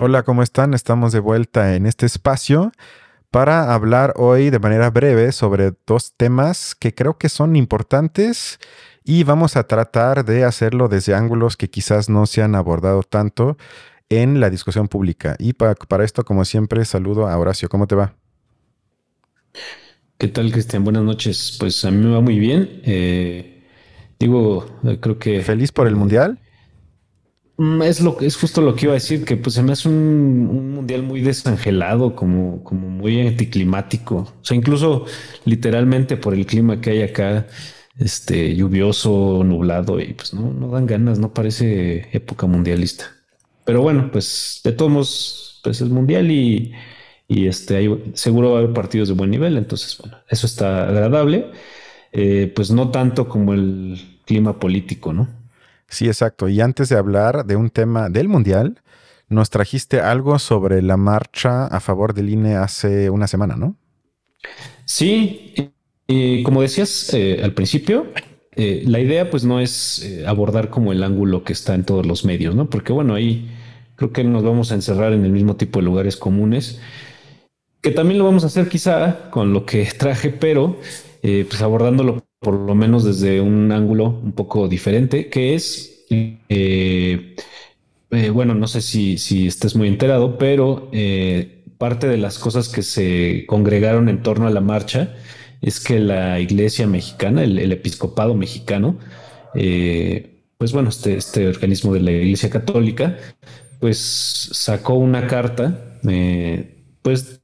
Hola, ¿cómo están? Estamos de vuelta en este espacio para hablar hoy de manera breve sobre dos temas que creo que son importantes y vamos a tratar de hacerlo desde ángulos que quizás no se han abordado tanto en la discusión pública. Y para esto, como siempre, saludo a Horacio. ¿Cómo te va? ¿Qué tal, Cristian? Buenas noches. Pues a mí me va muy bien. Creo que ¿Feliz por el mundial? es justo lo que iba a decir, que pues se me hace un mundial muy desangelado, como muy anticlimático. O sea, incluso literalmente por el clima que hay acá, lluvioso, nublado, y pues no dan ganas, no parece época mundialista. Pero bueno, pues de todos modos, pues es mundial seguro va a haber partidos de buen nivel, entonces bueno, eso está agradable. Pues no tanto como el clima político, ¿no? Sí, exacto. Y antes de hablar de un tema del mundial, nos trajiste algo sobre la marcha a favor del INE hace una semana, ¿no? Sí, y como decías al principio, la idea pues no es abordar como el ángulo que está en todos los medios, ¿no? Porque bueno, ahí creo que nos vamos a encerrar en el mismo tipo de lugares comunes, que también lo vamos a hacer quizá con lo que traje, pero pues abordándolo por lo menos desde un ángulo un poco diferente, que es, bueno, no sé si estés muy enterado, pero parte de las cosas que se congregaron en torno a la marcha es que la iglesia mexicana, el episcopado mexicano, pues bueno, este organismo de la iglesia católica, pues sacó una carta, pues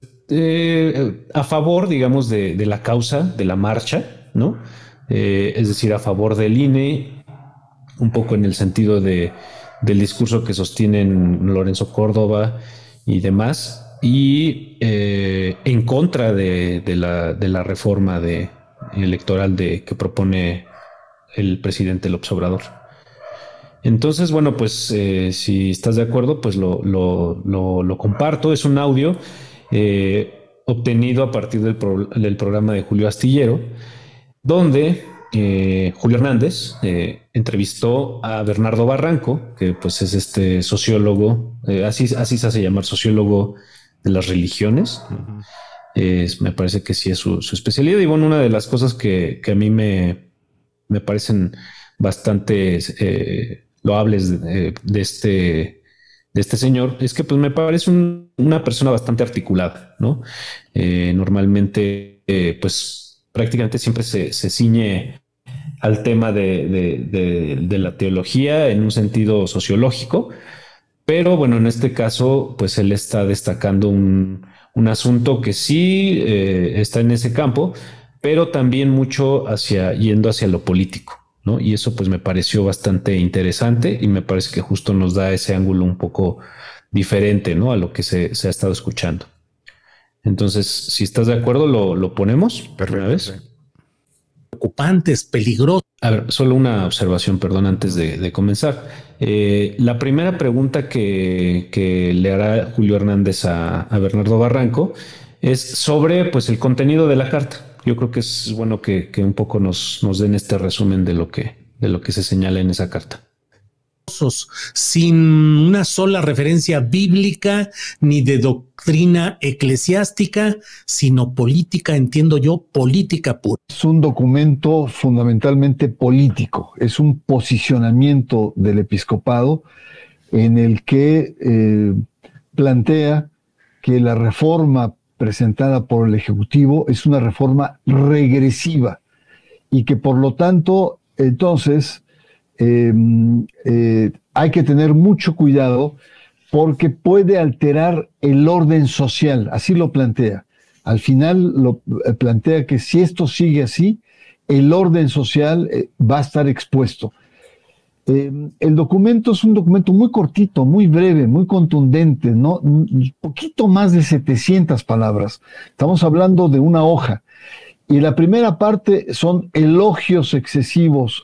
a favor, digamos, de la causa de la marcha, ¿no? Es decir, a favor del INE, un poco en el sentido del discurso que sostienen Lorenzo Córdoba y demás, y en contra de la reforma electoral que propone el presidente López Obrador. Entonces, bueno, pues si estás de acuerdo, pues lo comparto. Es un audio obtenido a partir del programa de Julio Astillero, donde Julio Hernández entrevistó a Bernardo Barranco, que pues es este sociólogo, así se hace llamar, sociólogo de las religiones. Ujú. Me parece que sí es su especialidad. Y bueno, una de las cosas que a mí me parecen bastante loables de este señor es que pues me parece una persona bastante articulada, ¿no? Normalmente, pues prácticamente siempre se ciñe al tema de la teología en un sentido sociológico, pero bueno, en este caso, pues él está destacando un asunto que sí está en ese campo, pero también mucho yendo hacia lo político, ¿no? Y eso pues me pareció bastante interesante y me parece que justo nos da ese ángulo un poco diferente, ¿no? A lo que se ha estado escuchando. Entonces, si estás de acuerdo, lo ponemos de una Perfecto, sí. vez. Preocupantes, peligrosos. A ver, solo una observación, perdón, antes de comenzar. La primera pregunta que le hará Julio Hernández a Bernardo Barranco es sobre pues, el contenido de la carta. Yo creo que es bueno que un poco nos den este resumen de lo que se señala en esa carta. Sin una sola referencia bíblica ni de doctrina eclesiástica, sino política, entiendo yo, política pura. Es un documento fundamentalmente político, es un posicionamiento del episcopado en el que plantea que la reforma presentada por el Ejecutivo es una reforma regresiva y que por lo tanto, entonces, hay que tener mucho cuidado porque puede alterar el orden social, así lo plantea. Al final lo plantea que si esto sigue así, el orden social va a estar expuesto. El documento es un documento muy cortito, muy breve, muy contundente, ¿no? Un poquito más de 700 palabras. Estamos hablando de una hoja. Y la primera parte son elogios excesivos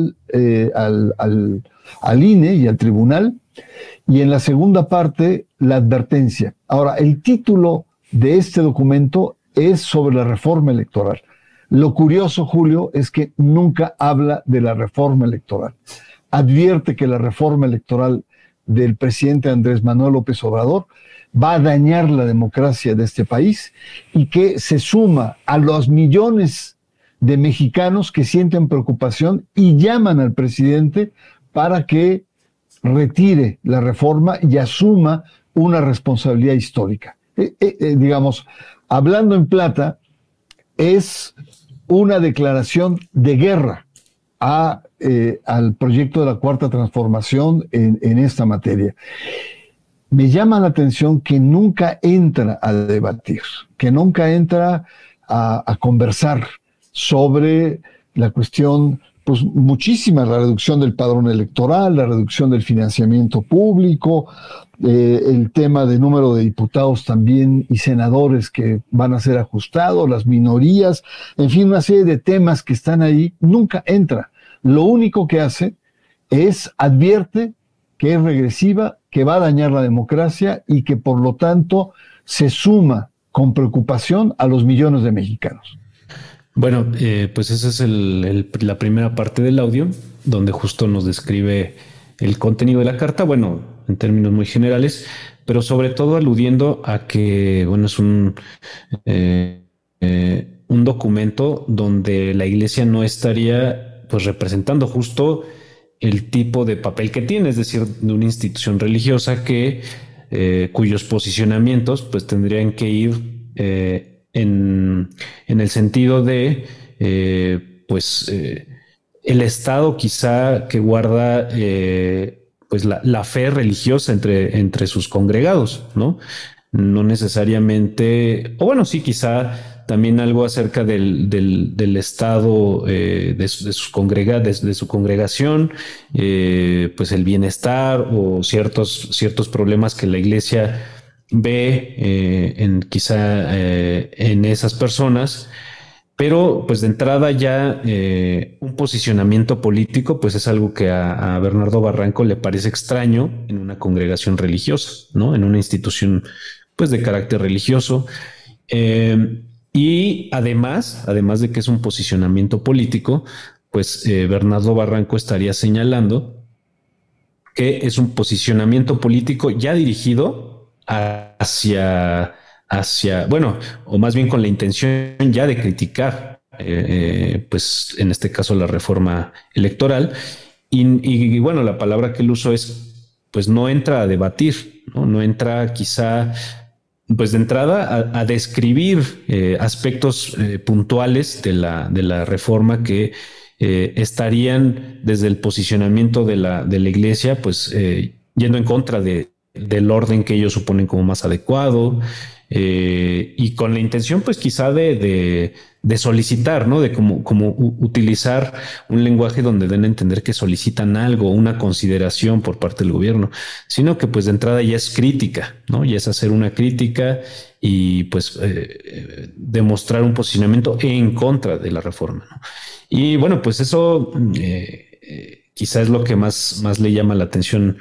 al INE y al tribunal, y en la segunda parte la advertencia. Ahora, el título de este documento es sobre la reforma electoral. Lo curioso, Julio, es que nunca habla de la reforma electoral. Advierte que la reforma electoral del presidente Andrés Manuel López Obrador va a dañar la democracia de este país y que se suma a los millones de mexicanos que sienten preocupación y llaman al presidente para que retire la reforma y asuma una responsabilidad histórica. Digamos, hablando en plata, es una declaración de guerra al proyecto de la Cuarta Transformación en esta materia. Me llama la atención que nunca entra a debatir, que nunca entra a conversar sobre la cuestión, pues muchísima, la reducción del padrón electoral, la reducción del financiamiento público, el tema de número de diputados también y senadores que van a ser ajustados, las minorías, en fin, una serie de temas que están ahí, nunca entra. Lo único que hace es advierte que es regresiva, que va a dañar la democracia y que por lo tanto se suma con preocupación a los millones de mexicanos. Bueno, pues esa es la primera parte del audio, donde justo nos describe el contenido de la carta, bueno, en términos muy generales, pero sobre todo aludiendo a que, bueno, es un documento donde la Iglesia no estaría, pues, representando justo el tipo de papel que tiene, es decir, de una institución religiosa cuyos posicionamientos, pues, tendrían que ir en el sentido de, el Estado quizá que guarda pues la fe religiosa entre sus congregados, ¿no? No necesariamente, o bueno, sí, quizá también algo acerca del estado de su congregación, pues el bienestar o ciertos problemas que la Iglesia ve en esas personas, pero pues de entrada ya un posicionamiento político pues es algo que a Bernardo Barranco le parece extraño en una congregación religiosa, ¿no? En una institución pues de carácter religioso, y además de que es un posicionamiento político, pues Bernardo Barranco estaría señalando que es un posicionamiento político ya dirigido hacia, bueno, o más bien con la intención ya de criticar, pues en este caso la reforma electoral. Y bueno, la palabra que él usó es, pues no entra a debatir, no entra quizá, pues de entrada a describir aspectos puntuales de la reforma que estarían desde el posicionamiento de la Iglesia, pues yendo en contra del orden que ellos suponen como más adecuado, y con la intención pues quizá de solicitar, ¿no? De como utilizar un lenguaje donde den a entender que solicitan algo, una consideración por parte del gobierno, sino que pues de entrada ya es crítica, ¿no? Ya es hacer una crítica y pues demostrar un posicionamiento en contra de la reforma, ¿no? Y bueno, pues eso quizá es lo que más le llama la atención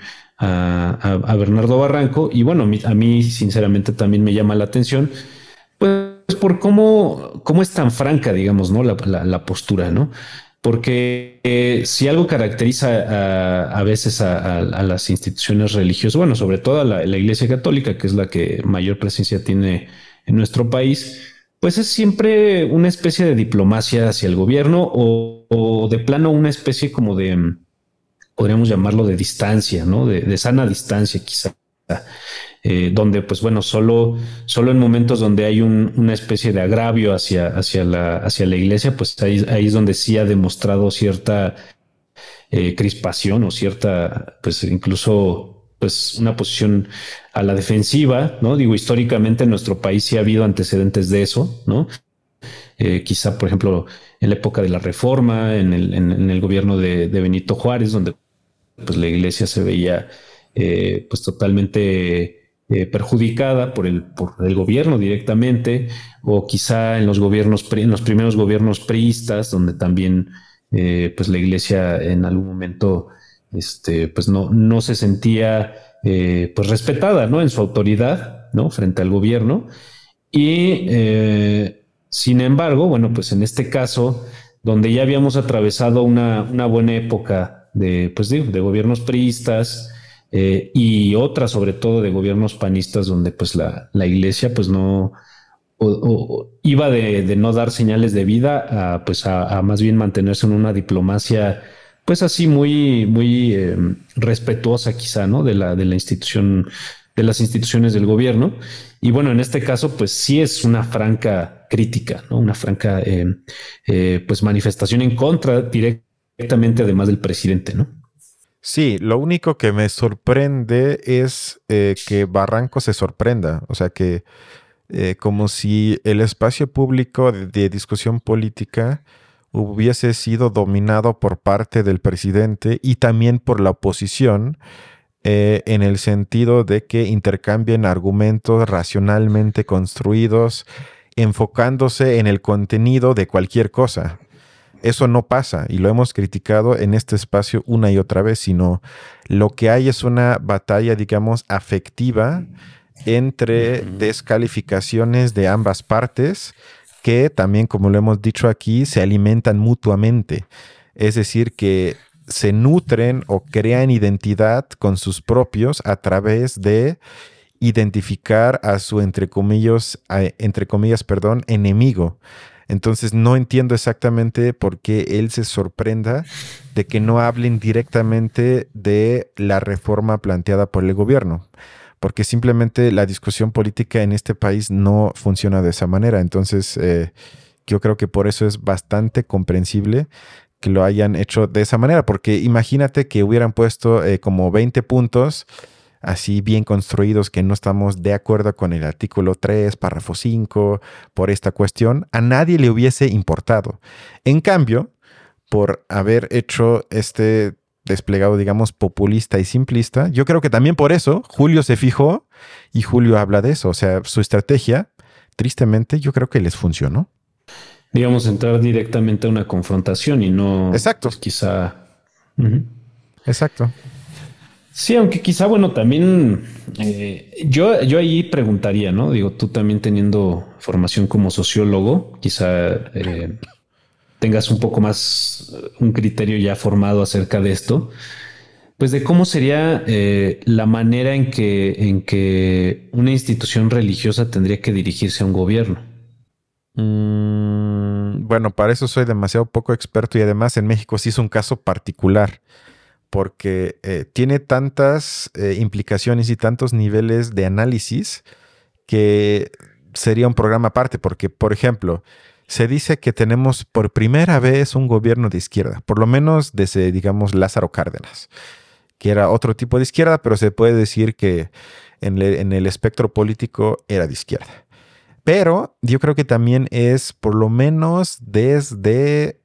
a Bernardo Barranco. Y bueno, a mí sinceramente también me llama la atención, pues por cómo es tan franca, digamos, ¿no? La postura, ¿no? Porque si algo caracteriza a veces a las instituciones religiosas, bueno, sobre todo a la Iglesia Católica, que es la que mayor presencia tiene en nuestro país, pues es siempre una especie de diplomacia hacia el gobierno o de plano una especie como de, podríamos llamarlo de distancia, ¿no? De sana distancia quizá, donde pues bueno, solo en momentos donde hay una especie de agravio hacia la Iglesia, pues ahí es donde sí ha demostrado cierta crispación o cierta, pues incluso pues una posición a la defensiva, ¿no? Digo, históricamente en nuestro país sí ha habido antecedentes de eso, ¿no? Quizá, por ejemplo, en la época de la Reforma, en el gobierno de Benito Juárez, donde pues la Iglesia se veía pues totalmente perjudicada por el gobierno directamente, o quizá en los primeros gobiernos priistas, donde también pues la Iglesia en algún momento pues no se sentía pues respetada, ¿no? En su autoridad, ¿no? Frente al gobierno. Y sin embargo, bueno, pues en este caso, donde ya habíamos atravesado una buena época de gobiernos priistas, y otra sobre todo de gobiernos panistas donde pues la iglesia pues no iba de no dar señales de vida a pues a más bien mantenerse en una diplomacia pues así muy respetuosa quizá, ¿no? De la institución, de las instituciones del gobierno. Y bueno, en este caso, pues sí es una franca crítica, ¿no? Una franca pues manifestación en contra directamente, además del presidente, ¿no? Sí, lo único que me sorprende es que Barranco se sorprenda. O sea, que como si el espacio público de discusión política hubiese sido dominado por parte del presidente y también por la oposición, en el sentido de que intercambien argumentos racionalmente construidos, enfocándose en el contenido de cualquier cosa. Eso no pasa y lo hemos criticado en este espacio una y otra vez, sino lo que hay es una batalla, digamos, afectiva entre descalificaciones de ambas partes que también, como lo hemos dicho aquí, se alimentan mutuamente. Es decir, que se nutren o crean identidad con sus propios a través de identificar a su, entre comillas, perdón, enemigo. Entonces no entiendo exactamente por qué él se sorprenda de que no hablen directamente de la reforma planteada por el gobierno, porque simplemente la discusión política en este país no funciona de esa manera. Entonces yo creo que por eso es bastante comprensible que lo hayan hecho de esa manera, porque imagínate que hubieran puesto como 20 puntos así bien construidos que no estamos de acuerdo con el artículo 3, párrafo 5, por esta cuestión, a nadie le hubiese importado. En cambio, por haber hecho este desplegado, digamos, populista y simplista, yo creo que también por eso Julio se fijó y Julio habla de eso. O sea, su estrategia, tristemente, yo creo que les funcionó. Digamos, entrar directamente a una confrontación y no, Exacto. pues, quizá. Exacto. Sí, aunque quizá, bueno, también yo ahí preguntaría, ¿no? Digo, tú también teniendo formación como sociólogo, quizá tengas un poco más un criterio ya formado acerca de esto, pues de cómo sería la manera en que una institución religiosa tendría que dirigirse a un gobierno. Bueno, para eso soy demasiado poco experto y además en México sí es un caso particular porque tiene tantas implicaciones y tantos niveles de análisis que sería un programa aparte, porque, por ejemplo, se dice que tenemos por primera vez un gobierno de izquierda, por lo menos desde, digamos, Lázaro Cárdenas, que era otro tipo de izquierda, pero se puede decir que en el espectro político era de izquierda. Pero yo creo que también es por lo menos desde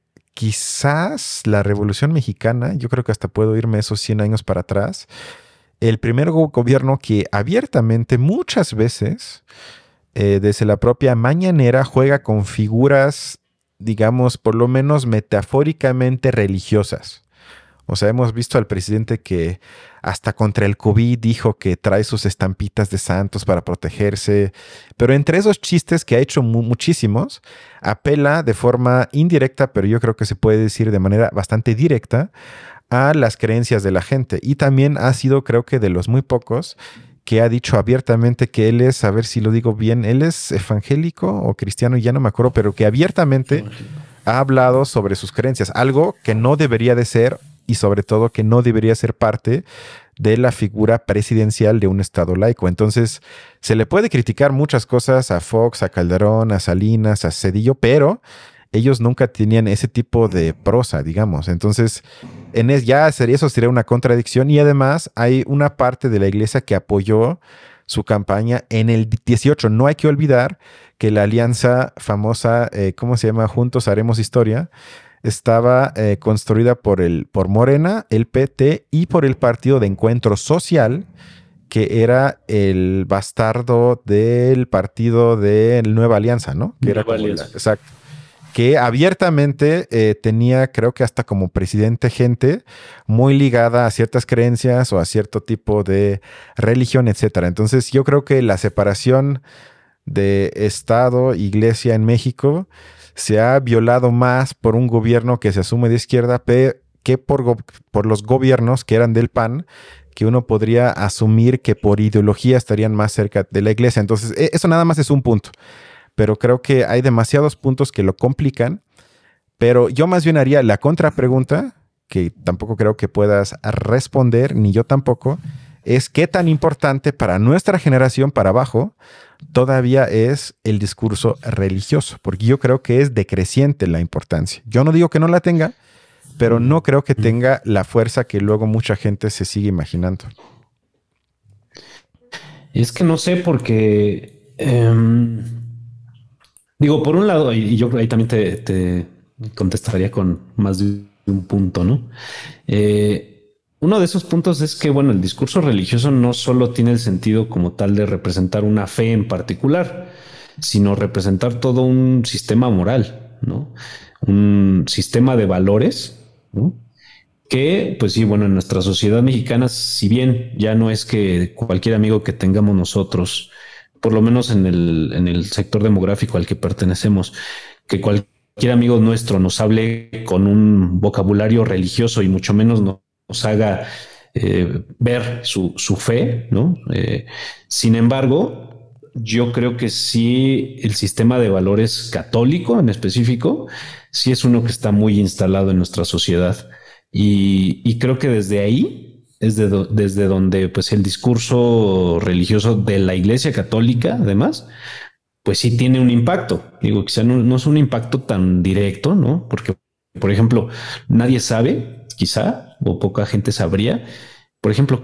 quizás la Revolución Mexicana, yo creo que hasta puedo irme esos 100 años para atrás, el primer gobierno que abiertamente muchas veces, desde la propia mañanera, juega con figuras, digamos, por lo menos metafóricamente religiosas. O sea, hemos visto al presidente que hasta contra el COVID dijo que trae sus estampitas de santos para protegerse. Pero entre esos chistes que ha hecho muchísimos, apela de forma indirecta, pero yo creo que se puede decir de manera bastante directa, a las creencias de la gente. Y también ha sido, creo que de los muy pocos, que ha dicho abiertamente que él es, a ver si lo digo bien, él es evangélico o cristiano, ya no me acuerdo, pero que abiertamente ha hablado sobre sus creencias, algo que no debería de ser y sobre todo que no debería ser parte de la figura presidencial de un estado laico. Entonces, se le puede criticar muchas cosas a Fox, a Calderón, a Salinas, a Zedillo, pero ellos nunca tenían ese tipo de prosa, digamos. Entonces, eso sería una contradicción y además hay una parte de la iglesia que apoyó su campaña en el 18. No hay que olvidar que la alianza famosa, ¿cómo se llama? Juntos Haremos Historia, estaba construida por Morena, el PT y por el Partido de Encuentro Social, que era el bastardo del partido de Nueva Alianza, ¿no? Que era Nueva Alianza. Exacto. Que abiertamente tenía, creo que hasta como presidente, gente muy ligada a ciertas creencias o a cierto tipo de religión, etcétera. Entonces, yo creo que la separación de Estado, Iglesia en México se ha violado más por un gobierno que se asume de izquierda que por los gobiernos que eran del PAN, que uno podría asumir que por ideología estarían más cerca de la iglesia. Entonces, eso nada más es un punto, pero creo que hay demasiados puntos que lo complican. Pero yo más bien haría la contrapregunta, que tampoco creo que puedas responder, ni yo tampoco, es qué tan importante para nuestra generación para abajo todavía es el discurso religioso, porque yo creo que es decreciente la importancia. Yo no digo que no la tenga, pero no creo que tenga la fuerza que luego mucha gente se sigue imaginando. Es que no sé, porque digo, por un lado, y yo ahí también te contestaría con más de un punto, ¿no? Uno de esos puntos es que, bueno, el discurso religioso no solo tiene el sentido como tal de representar una fe en particular, sino representar todo un sistema moral, ¿no? Un sistema de valores, ¿no? Que, pues sí, bueno, en nuestra sociedad mexicana, si bien ya no es que cualquier amigo que tengamos nosotros, por lo menos en el sector demográfico al que pertenecemos, que cualquier amigo nuestro nos hable con un vocabulario religioso y mucho menos nos haga ver su fe, ¿no? Sin embargo, yo creo que sí el sistema de valores católico en específico, sí es uno que está muy instalado en nuestra sociedad. Y creo que desde ahí es desde donde pues el discurso religioso de la Iglesia Católica, además, pues sí tiene un impacto. Digo, quizá no es un impacto tan directo, ¿no? Porque, por ejemplo, nadie sabe, quizá, o poca gente sabría, por ejemplo,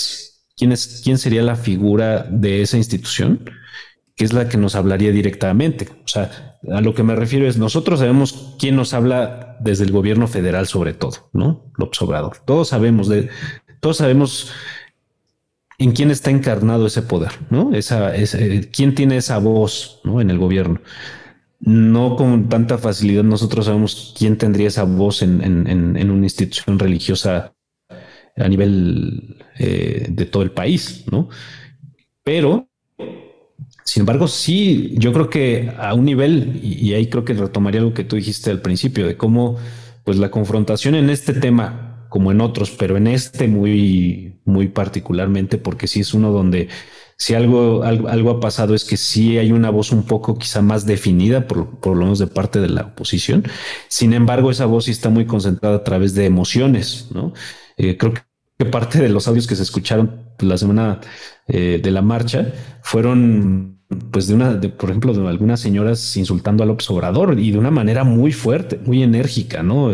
quién sería la figura de esa institución, que es la que nos hablaría directamente. O sea, a lo que me refiero es, nosotros sabemos quién nos habla desde el gobierno federal, sobre todo, ¿no? López Obrador. Todos sabemos en quién está encarnado ese poder, ¿no? Quién tiene esa voz, ¿no? En el gobierno. No con tanta facilidad nosotros sabemos quién tendría esa voz en una institución religiosa a nivel de todo el país, ¿no? Pero sin embargo, sí, yo creo que a un nivel, y ahí creo que retomaría algo que tú dijiste al principio, de cómo pues la confrontación en este tema, como en otros, pero en este muy particularmente, porque sí es uno donde si algo ha pasado es que sí hay una voz un poco quizá más definida, por lo menos de parte de la oposición. Sin embargo, esa voz sí está muy concentrada a través de emociones, ¿no? Creo que parte de los audios que se escucharon la semana de la marcha fueron pues por ejemplo, de algunas señoras insultando a López Obrador y de una manera muy fuerte, muy enérgica, ¿no?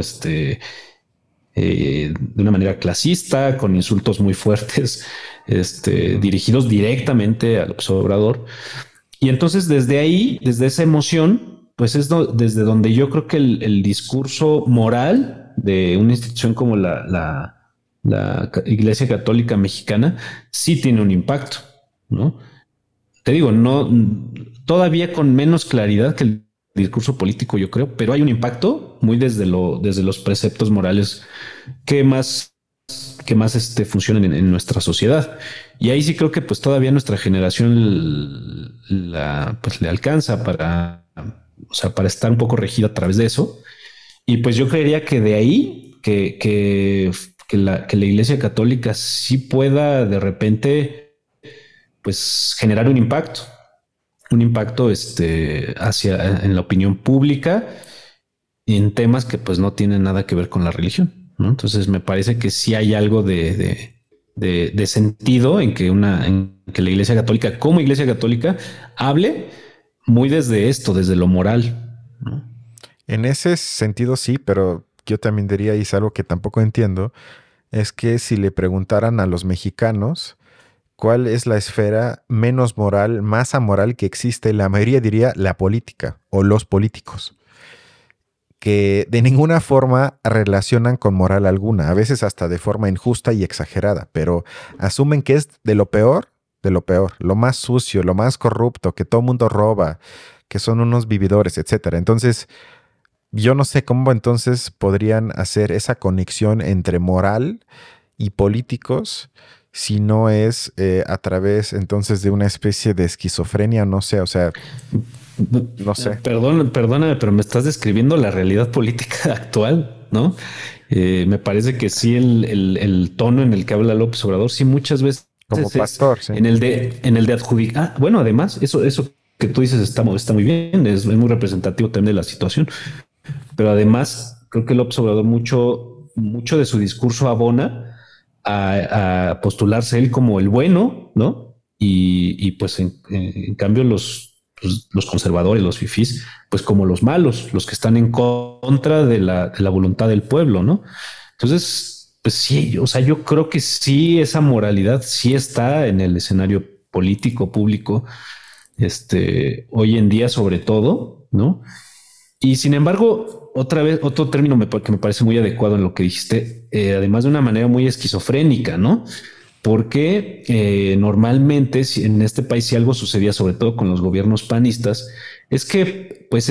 De una manera clasista, con insultos muy fuertes, dirigidos directamente a López Obrador. Y entonces desde ahí, desde esa emoción, pues desde donde yo creo que el discurso moral de una institución como la Iglesia Católica Mexicana sí tiene un impacto, ¿no? Te digo, no, todavía con menos claridad que el discurso político, yo creo, pero hay un impacto muy desde los preceptos morales que más funcionan en nuestra sociedad. Y ahí sí creo que pues todavía nuestra generación pues le alcanza para estar un poco regida a través de eso. Y pues yo creería que de ahí que la Iglesia Católica sí pueda de repente pues generar un impacto en la opinión pública y en temas que pues no tienen nada que ver con la religión, ¿no? Entonces me parece que sí hay algo de sentido en que la Iglesia Católica, como Iglesia Católica, hable muy desde esto, desde lo moral, ¿no? En ese sentido sí, pero yo también diría, y es algo que tampoco entiendo, es que si le preguntaran a los mexicanos ¿cuál es la esfera menos moral, más amoral que existe? La mayoría diría la política o los políticos, que de ninguna forma relacionan con moral alguna, a veces hasta de forma injusta y exagerada, pero asumen que es de lo peor, lo más sucio, lo más corrupto, que todo mundo roba, que son unos vividores, etcétera. Entonces, yo no sé cómo entonces podrían hacer esa conexión entre moral y políticos si no es a través entonces de una especie de esquizofrenia, no sé, o sea, no sé. Perdóname, pero me estás describiendo la realidad política actual, ¿no? Me parece que sí el tono en el que habla López Obrador, sí muchas veces Como es pastor, sí. en el de adjudicar. Ah, bueno, además, eso que tú dices está muy bien, es muy representativo también de la situación. Pero además, creo que López Obrador mucho de su discurso abona a postularse él como el bueno, ¿no? Y pues en cambio los conservadores, los fifís, pues como los malos, los que están en contra de la voluntad del pueblo, ¿no? Entonces, pues sí, o sea, yo creo que sí, esa moralidad sí está en el escenario político, público, hoy en día sobre todo, ¿no? Y sin embargo, otra vez, otro término que me parece muy adecuado en lo que dijiste, además de una manera muy esquizofrénica, ¿no? Porque normalmente en este país si algo sucedía, sobre todo con los gobiernos panistas, es que pues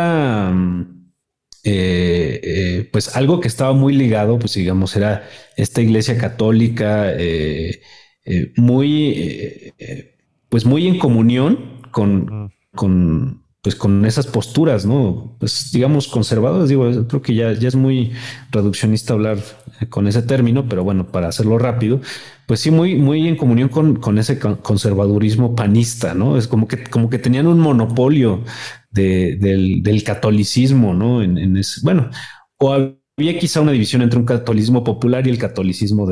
pues algo que estaba muy ligado, pues digamos, era esta iglesia católica muy, pues muy en comunión Mm. pues con esas posturas, ¿no? Pues digamos conservadoras, digo, creo que ya es muy reduccionista hablar con ese término, pero bueno, para hacerlo rápido, pues sí, muy en comunión con ese conservadurismo panista, ¿no? Es como que tenían un monopolio del catolicismo, ¿no? Bueno, o había quizá una división entre un catolicismo popular y el catolicismo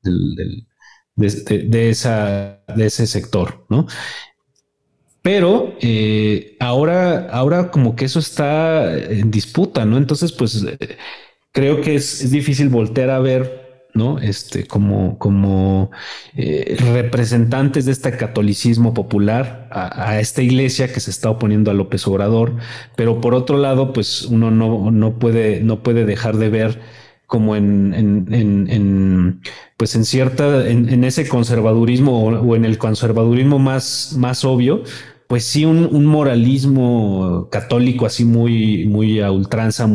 de ese sector, ¿no? Pero ahora como que eso está en disputa, ¿no? Entonces, pues creo que es difícil voltear a ver, ¿no? Como representantes de este catolicismo popular a esta iglesia que se está oponiendo a López Obrador, pero por otro lado, pues uno no puede dejar de ver como pues en ese conservadurismo o en el conservadurismo más obvio, pues sí, un moralismo católico así muy a ultranza,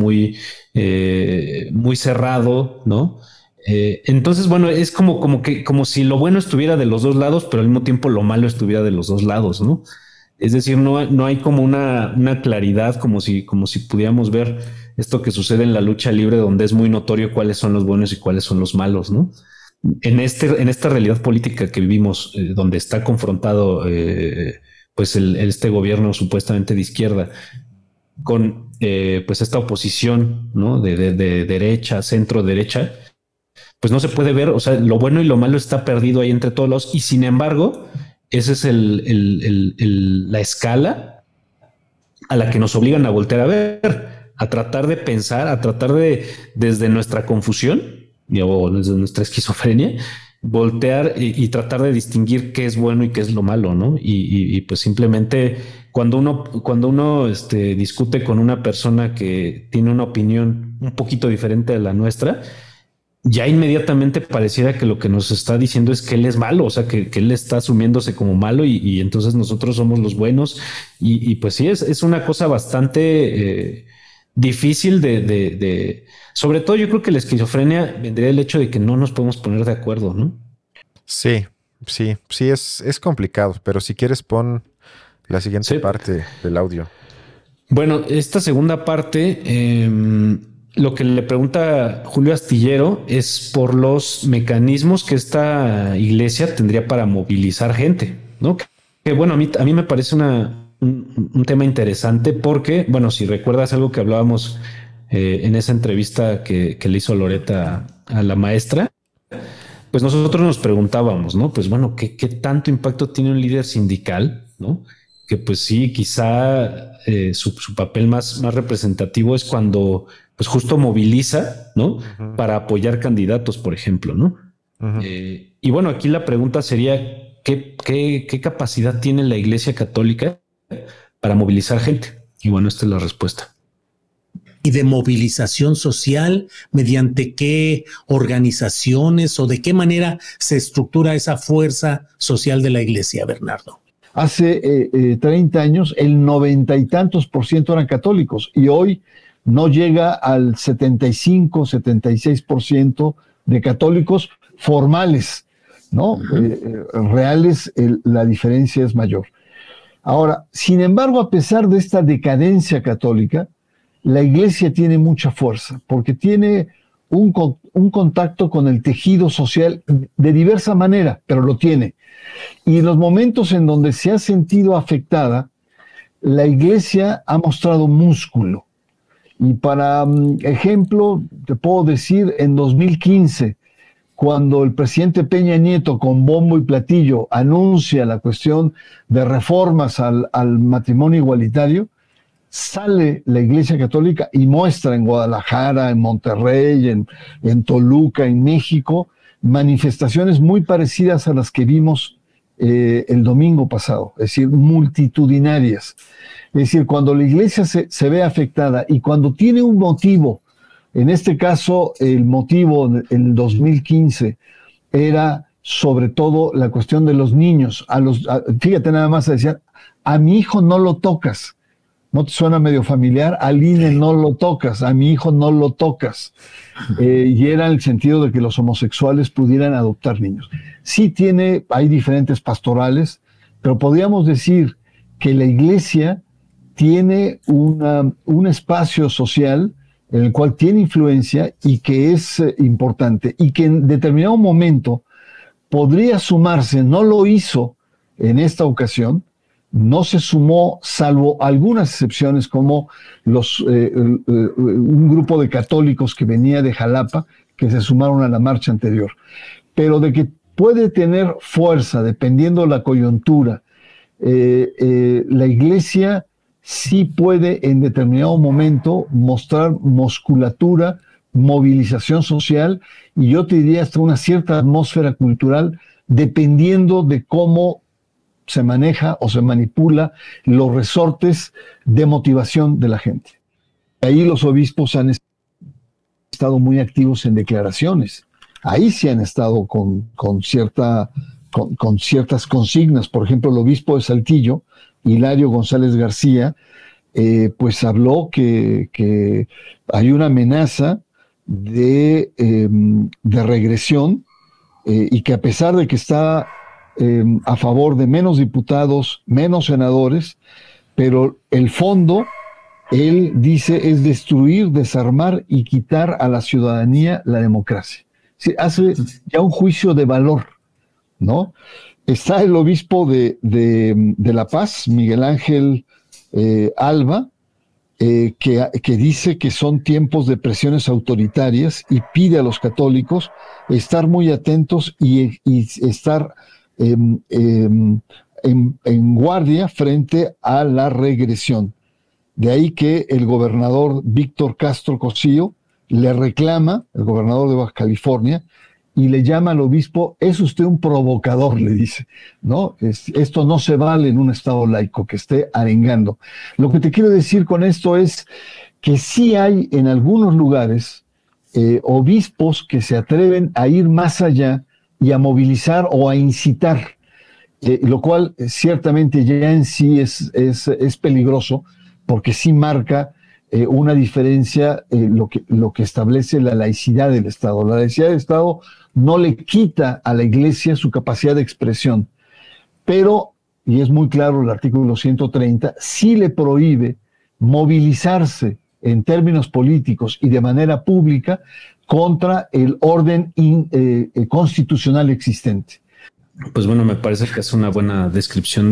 muy cerrado, ¿no? Entonces, bueno, es como si lo bueno estuviera de los dos lados, pero al mismo tiempo lo malo estuviera de los dos lados, ¿no? Es decir, no hay como una claridad, como si pudiéramos ver esto que sucede en la lucha libre, donde es muy notorio cuáles son los buenos y cuáles son los malos, ¿no? En esta realidad política que vivimos, donde está confrontado pues este gobierno supuestamente de izquierda con pues esta oposición, ¿no? De derecha, centro derecha, pues no se puede ver, o sea, lo bueno y lo malo está perdido ahí entre todos los, y sin embargo, esa es la escala a la que nos obligan a voltear a ver, a tratar de pensar, a tratar desde nuestra confusión o desde nuestra esquizofrenia, voltear y tratar de distinguir qué es bueno y qué es lo malo, ¿no? Y pues simplemente cuando uno discute con una persona que tiene una opinión un poquito diferente a la nuestra, ya inmediatamente pareciera que lo que nos está diciendo es que él es malo, o sea, que él está asumiéndose como malo y entonces nosotros somos los buenos. Y pues sí, es una cosa bastante difícil sobre todo yo creo que la esquizofrenia vendría del hecho de que no nos podemos poner de acuerdo, ¿no? Sí, sí, es complicado, pero si quieres pon la siguiente Sí. parte del audio. Bueno, esta segunda parte, lo que le pregunta Julio Astillero es por los mecanismos que esta iglesia tendría para movilizar gente, ¿no? Que bueno, a mí me parece un tema interesante porque, bueno, si recuerdas algo que hablábamos en esa entrevista que le hizo Loreta a la maestra, pues nosotros nos preguntábamos, ¿no? Pues bueno, ¿qué tanto impacto tiene un líder sindical, ¿no? Que pues sí, quizá su papel más representativo es cuando pues justo moviliza, ¿no? Ujú, Para apoyar candidatos, por ejemplo, ¿no? ujú. Y bueno, aquí la pregunta sería, ¿qué capacidad tiene la Iglesia Católica para movilizar gente? Y bueno, esta es la respuesta. Y de movilización social, mediante qué organizaciones o de qué manera se estructura esa fuerza social de la iglesia, Bernardo. Hace 30 años el 90 y tantos % eran católicos y hoy no llega al 75, 76% de católicos formales, ¿no? Reales, la diferencia es mayor. Ahora, sin embargo, a pesar de esta decadencia católica, la iglesia tiene mucha fuerza, porque tiene un contacto con el tejido social de diversa manera, pero lo tiene. Y en los momentos en donde se ha sentido afectada, la Iglesia ha mostrado músculo. Y para ejemplo, te puedo decir, en 2015, cuando el presidente Peña Nieto, con bombo y platillo, anuncia la cuestión de reformas al matrimonio igualitario, sale la Iglesia Católica y muestra en Guadalajara, en Monterrey, en Toluca, en México, manifestaciones muy parecidas a las que vimos el domingo pasado, es decir, multitudinarias. Es decir, cuando la Iglesia se ve afectada y cuando tiene un motivo, en este caso el motivo en 2015 era sobre todo la cuestión de los niños. Fíjate nada más, decían, a mi hijo no lo tocas. ¿No te suena medio familiar? Al INE no lo tocas, a mi hijo no lo tocas. Y era en el sentido de que los homosexuales pudieran adoptar niños. Sí hay diferentes pastorales, pero podríamos decir que la Iglesia tiene un espacio social en el cual tiene influencia y que es importante y que en determinado momento podría sumarse, no lo hizo en esta ocasión, no se sumó, salvo algunas excepciones como un grupo de católicos que venía de Jalapa, que se sumaron a la marcha anterior. Pero de que puede tener fuerza, dependiendo de la coyuntura, la Iglesia sí puede en determinado momento mostrar musculatura, movilización social, y yo te diría hasta una cierta atmósfera cultural, dependiendo de cómo se maneja o se manipula los resortes de motivación de la gente. Ahí los obispos han estado muy activos en declaraciones. Ahí sí han estado con ciertas consignas. Por ejemplo, el obispo de Saltillo, Hilario González García, pues habló que hay una amenaza de regresión y que a pesar de que está a favor de menos diputados, menos senadores, pero el fondo, él dice, es destruir, desarmar y quitar a la ciudadanía la democracia. Sí, hace ya un juicio de valor, ¿no? Está el obispo de La Paz, Miguel Ángel Alba, que dice que son tiempos de presiones autoritarias y pide a los católicos estar muy atentos y estar en guardia frente a la regresión. De ahí que el gobernador Víctor Castro Cosío le reclama, el gobernador de Baja California, y le llama al obispo, es usted un provocador, le dice, ¿no? Esto no se vale en un estado laico, que esté arengando. Lo que te quiero decir con esto es que sí hay en algunos lugares obispos que se atreven a ir más allá y a movilizar o a incitar, lo cual ciertamente ya en sí es peligroso, porque sí marca una diferencia lo que establece la laicidad del Estado. La laicidad del Estado no le quita a la Iglesia su capacidad de expresión, pero, y es muy claro el artículo 130, sí le prohíbe movilizarse en términos políticos y de manera pública contra el orden constitucional existente. Pues bueno, me parece que es una buena descripción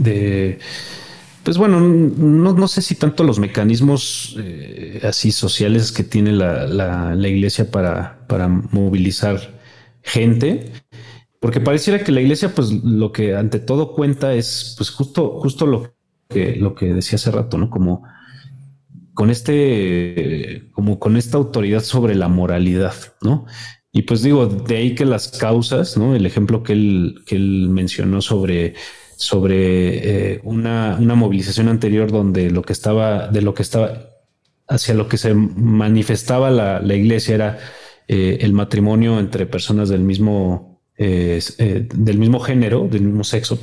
pues bueno, no sé si tanto los mecanismos así sociales que tiene la Iglesia para movilizar gente, porque pareciera que la Iglesia, pues lo que ante todo cuenta es pues justo lo que decía hace rato, ¿no? Como con esta autoridad sobre la moralidad, ¿no? Y pues digo, de ahí que las causas, ¿no? El ejemplo que él mencionó sobre una movilización anterior donde hacia lo que se manifestaba la Iglesia era el matrimonio entre personas del mismo género, del mismo sexo.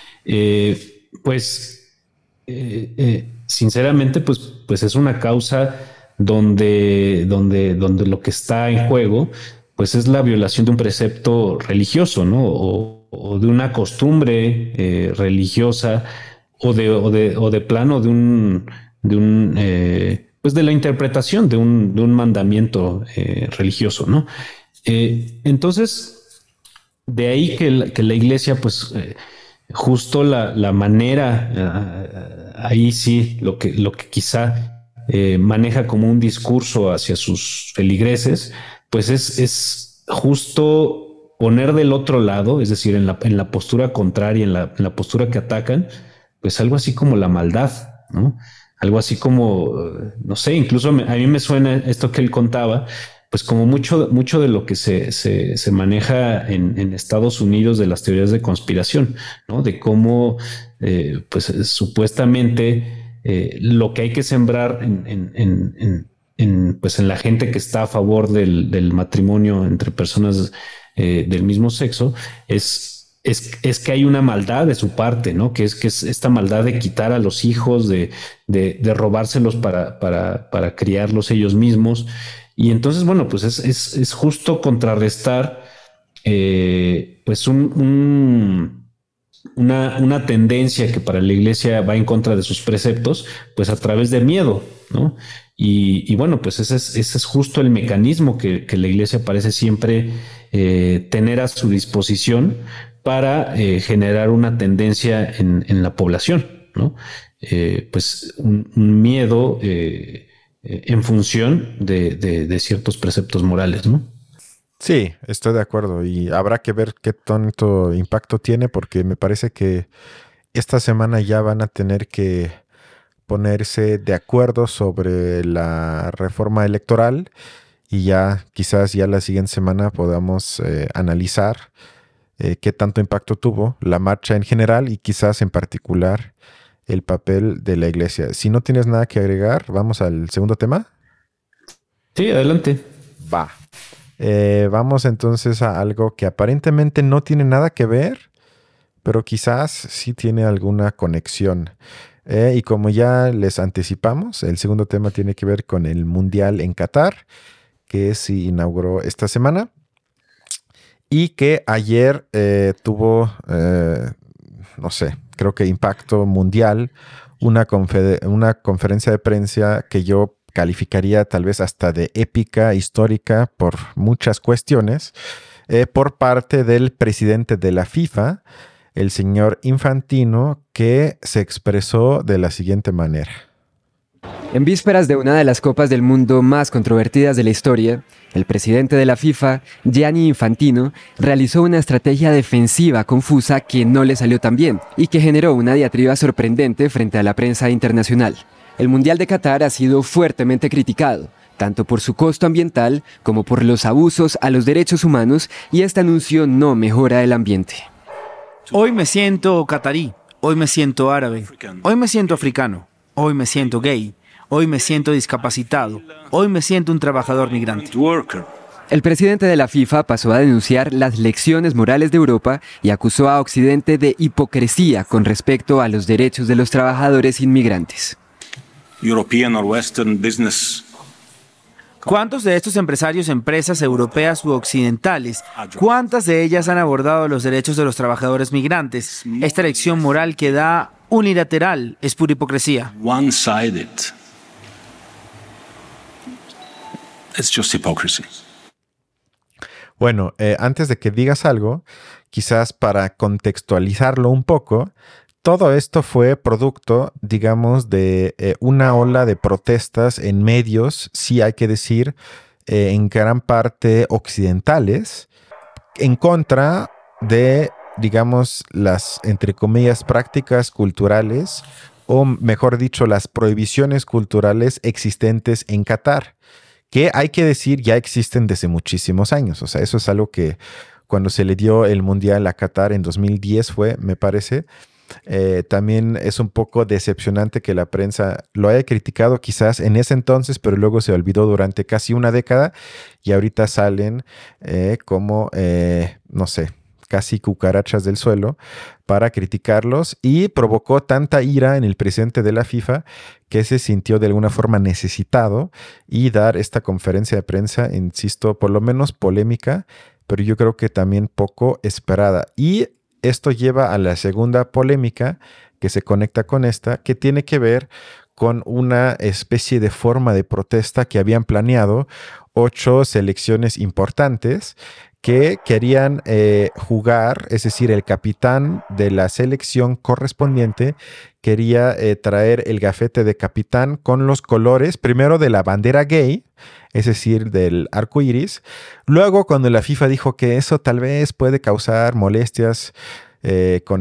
Sinceramente, pues es una causa donde lo que está en juego, pues es la violación de un precepto religioso, ¿no? O de una costumbre religiosa, o de plano de un pues de la interpretación de un mandamiento religioso, ¿no? Entonces, de ahí que la iglesia, pues, justo la manera, ahí sí, lo que quizá maneja como un discurso hacia sus feligreses, pues es justo poner del otro lado, es decir, en la postura contraria, en la postura que atacan, pues algo así como la maldad, ¿no? Algo así como, no sé, incluso a mí me suena esto que él contaba, pues como mucho de lo que se maneja en Estados Unidos de las teorías de conspiración, ¿no? De cómo, pues supuestamente lo que hay que sembrar pues en la gente que está a favor del matrimonio entre personas del mismo sexo es que hay una maldad de su parte, ¿no? Que es esta maldad de quitar a los hijos, de robárselos para criarlos ellos mismos. Y entonces, bueno, pues es justo contrarrestar pues una tendencia que para la iglesia va en contra de sus preceptos, pues a través de miedo, ¿no? Y bueno, pues ese es justo el mecanismo que la iglesia parece siempre tener a su disposición para generar una tendencia en la población, ¿no? Pues un miedo en función de ciertos preceptos morales, ¿no? Sí, estoy de acuerdo y habrá que ver qué tanto impacto tiene porque me parece que esta semana ya van a tener que ponerse de acuerdo sobre la reforma electoral y ya quizás ya la siguiente semana podamos analizar qué tanto impacto tuvo la marcha en general y quizás en particular el papel de la iglesia. Si no tienes nada que agregar, vamos al segundo tema. Sí, adelante. Va. Vamos entonces a algo que aparentemente no tiene nada que ver, pero quizás sí tiene alguna conexión. Y como ya les anticipamos, el segundo tema tiene que ver con el Mundial en Qatar, que se inauguró esta semana y que ayer tuvo, no sé, creo que impacto mundial, una conferencia de prensa que yo calificaría tal vez hasta de épica, histórica, por muchas cuestiones, por parte del presidente de la FIFA, el señor Infantino, que se expresó de la siguiente manera. En vísperas de una de las Copas del Mundo más controvertidas de la historia, el presidente de la FIFA, Gianni Infantino, realizó una estrategia defensiva confusa que no le salió tan bien y que generó una diatriba sorprendente frente a la prensa internacional. El Mundial de Qatar ha sido fuertemente criticado, tanto por su costo ambiental como por los abusos a los derechos humanos, y este anuncio no mejora el ambiente. Hoy me siento catarí, hoy me siento árabe, hoy me siento africano, hoy me siento gay, hoy me siento discapacitado, hoy me siento un trabajador migrante. El presidente de la FIFA pasó a denunciar las lecciones morales de Europa y acusó a Occidente de hipocresía con respecto a los derechos de los trabajadores inmigrantes. European or Western business. ¿Cuántos de estos empresarios, empresas europeas u occidentales, cuántas de ellas han abordado los derechos de los trabajadores migrantes? Esta lección moral que da unilateral es pura hipocresía. One-sided. It's just hypocrisy. Bueno, antes de que digas algo, quizás para contextualizarlo un poco, todo esto fue producto, digamos, de una ola de protestas en medios, sí hay que decir, en gran parte occidentales, en contra de, digamos, las, entre comillas, prácticas culturales, o mejor dicho, las prohibiciones culturales existentes en Qatar, que hay que decir ya existen desde muchísimos años. O sea, eso es algo que cuando se le dio el Mundial a Qatar en 2010 fue, me parece. También es un poco decepcionante que la prensa lo haya criticado quizás en ese entonces, pero luego se olvidó durante casi una década y ahorita salen como, no sé, casi cucarachas del suelo para criticarlos, y provocó tanta ira en el presidente de la FIFA que se sintió de alguna forma necesitado y dar esta conferencia de prensa, insisto, por lo menos polémica, pero yo creo que también poco esperada. Y esto lleva a la segunda polémica que se conecta con esta, que tiene que ver con una especie de forma de protesta que habían planeado 8 selecciones importantes que querían jugar, es decir, el capitán de la selección correspondiente quería traer el gafete de capitán con los colores, primero de la bandera gay, es decir, del arco iris. Luego, cuando la FIFA dijo que eso tal vez puede causar molestias con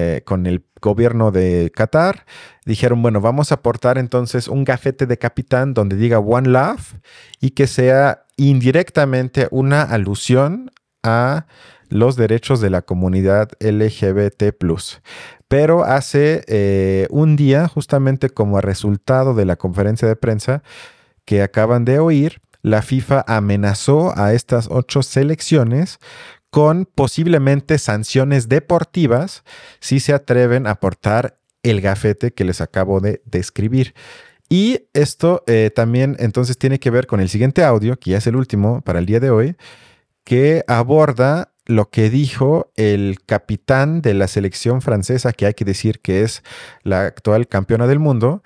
el gobierno de Qatar, dijeron, bueno, vamos a aportar entonces un gafete de capitán donde diga One Love y que sea indirectamente una alusión a los derechos de la comunidad LGBT+. Pero hace un día, justamente como resultado de la conferencia de prensa que acaban de oír, la FIFA amenazó a estas 8 selecciones con posiblemente sanciones deportivas si se atreven a aportar el gafete que les acabo de describir. Y esto también entonces tiene que ver con el siguiente audio, que ya es el último para el día de hoy, que aborda lo que dijo el capitán de la selección francesa, que hay que decir que es la actual campeona del mundo,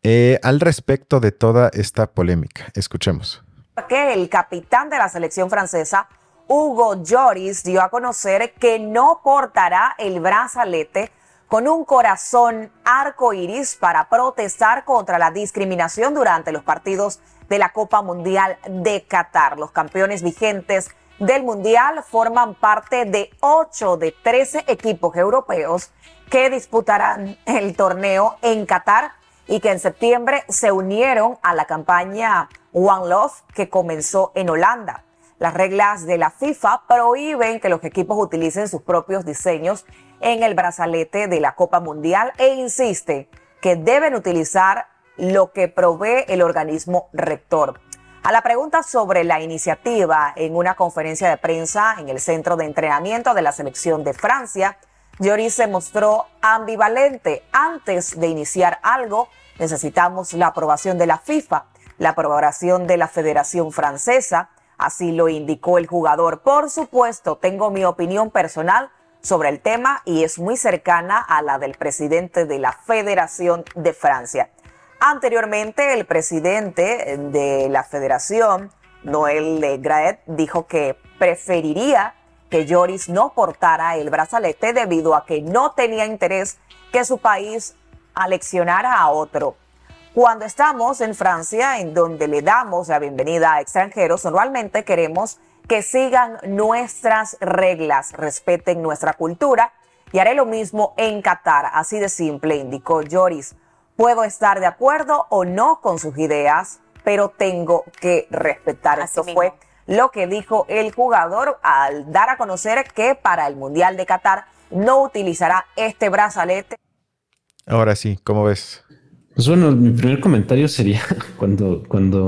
al respecto de toda esta polémica. Escuchemos. Que el capitán de la selección francesa, Hugo Lloris, dio a conocer que no portará el brazalete con un corazón arcoíris para protestar contra la discriminación durante los partidos de la Copa Mundial de Qatar. Los campeones vigentes del Mundial forman parte de 8 de 13 equipos europeos que disputarán el torneo en Qatar y que en septiembre se unieron a la campaña One Love que comenzó en Holanda. Las reglas de la FIFA prohíben que los equipos utilicen sus propios diseños en el brazalete de la Copa Mundial e insiste que deben utilizar lo que provee el organismo rector. A la pregunta sobre la iniciativa en una conferencia de prensa en el centro de entrenamiento de la selección de Francia, Lloris se mostró ambivalente. Antes de iniciar algo, necesitamos la aprobación de la FIFA, la aprobación de la Federación Francesa. Así lo indicó el jugador. Por supuesto, tengo mi opinión personal sobre el tema y es muy cercana a la del presidente de la Federación de Francia. Anteriormente, el presidente de la Federación, Noël Le Graët, dijo que preferiría que Lloris no portara el brazalete debido a que no tenía interés que su país aleccionara a otro. Cuando estamos en Francia, en donde le damos la bienvenida a extranjeros, normalmente queremos que sigan nuestras reglas, respeten nuestra cultura y haré lo mismo en Qatar. Así de simple, indicó Lloris. Puedo estar de acuerdo o no con sus ideas, pero tengo que respetar. Esto fue lo que dijo el jugador al dar a conocer que para el Mundial de Qatar no utilizará este brazalete. Ahora sí, ¿cómo ves? Pues bueno, mi primer comentario sería cuando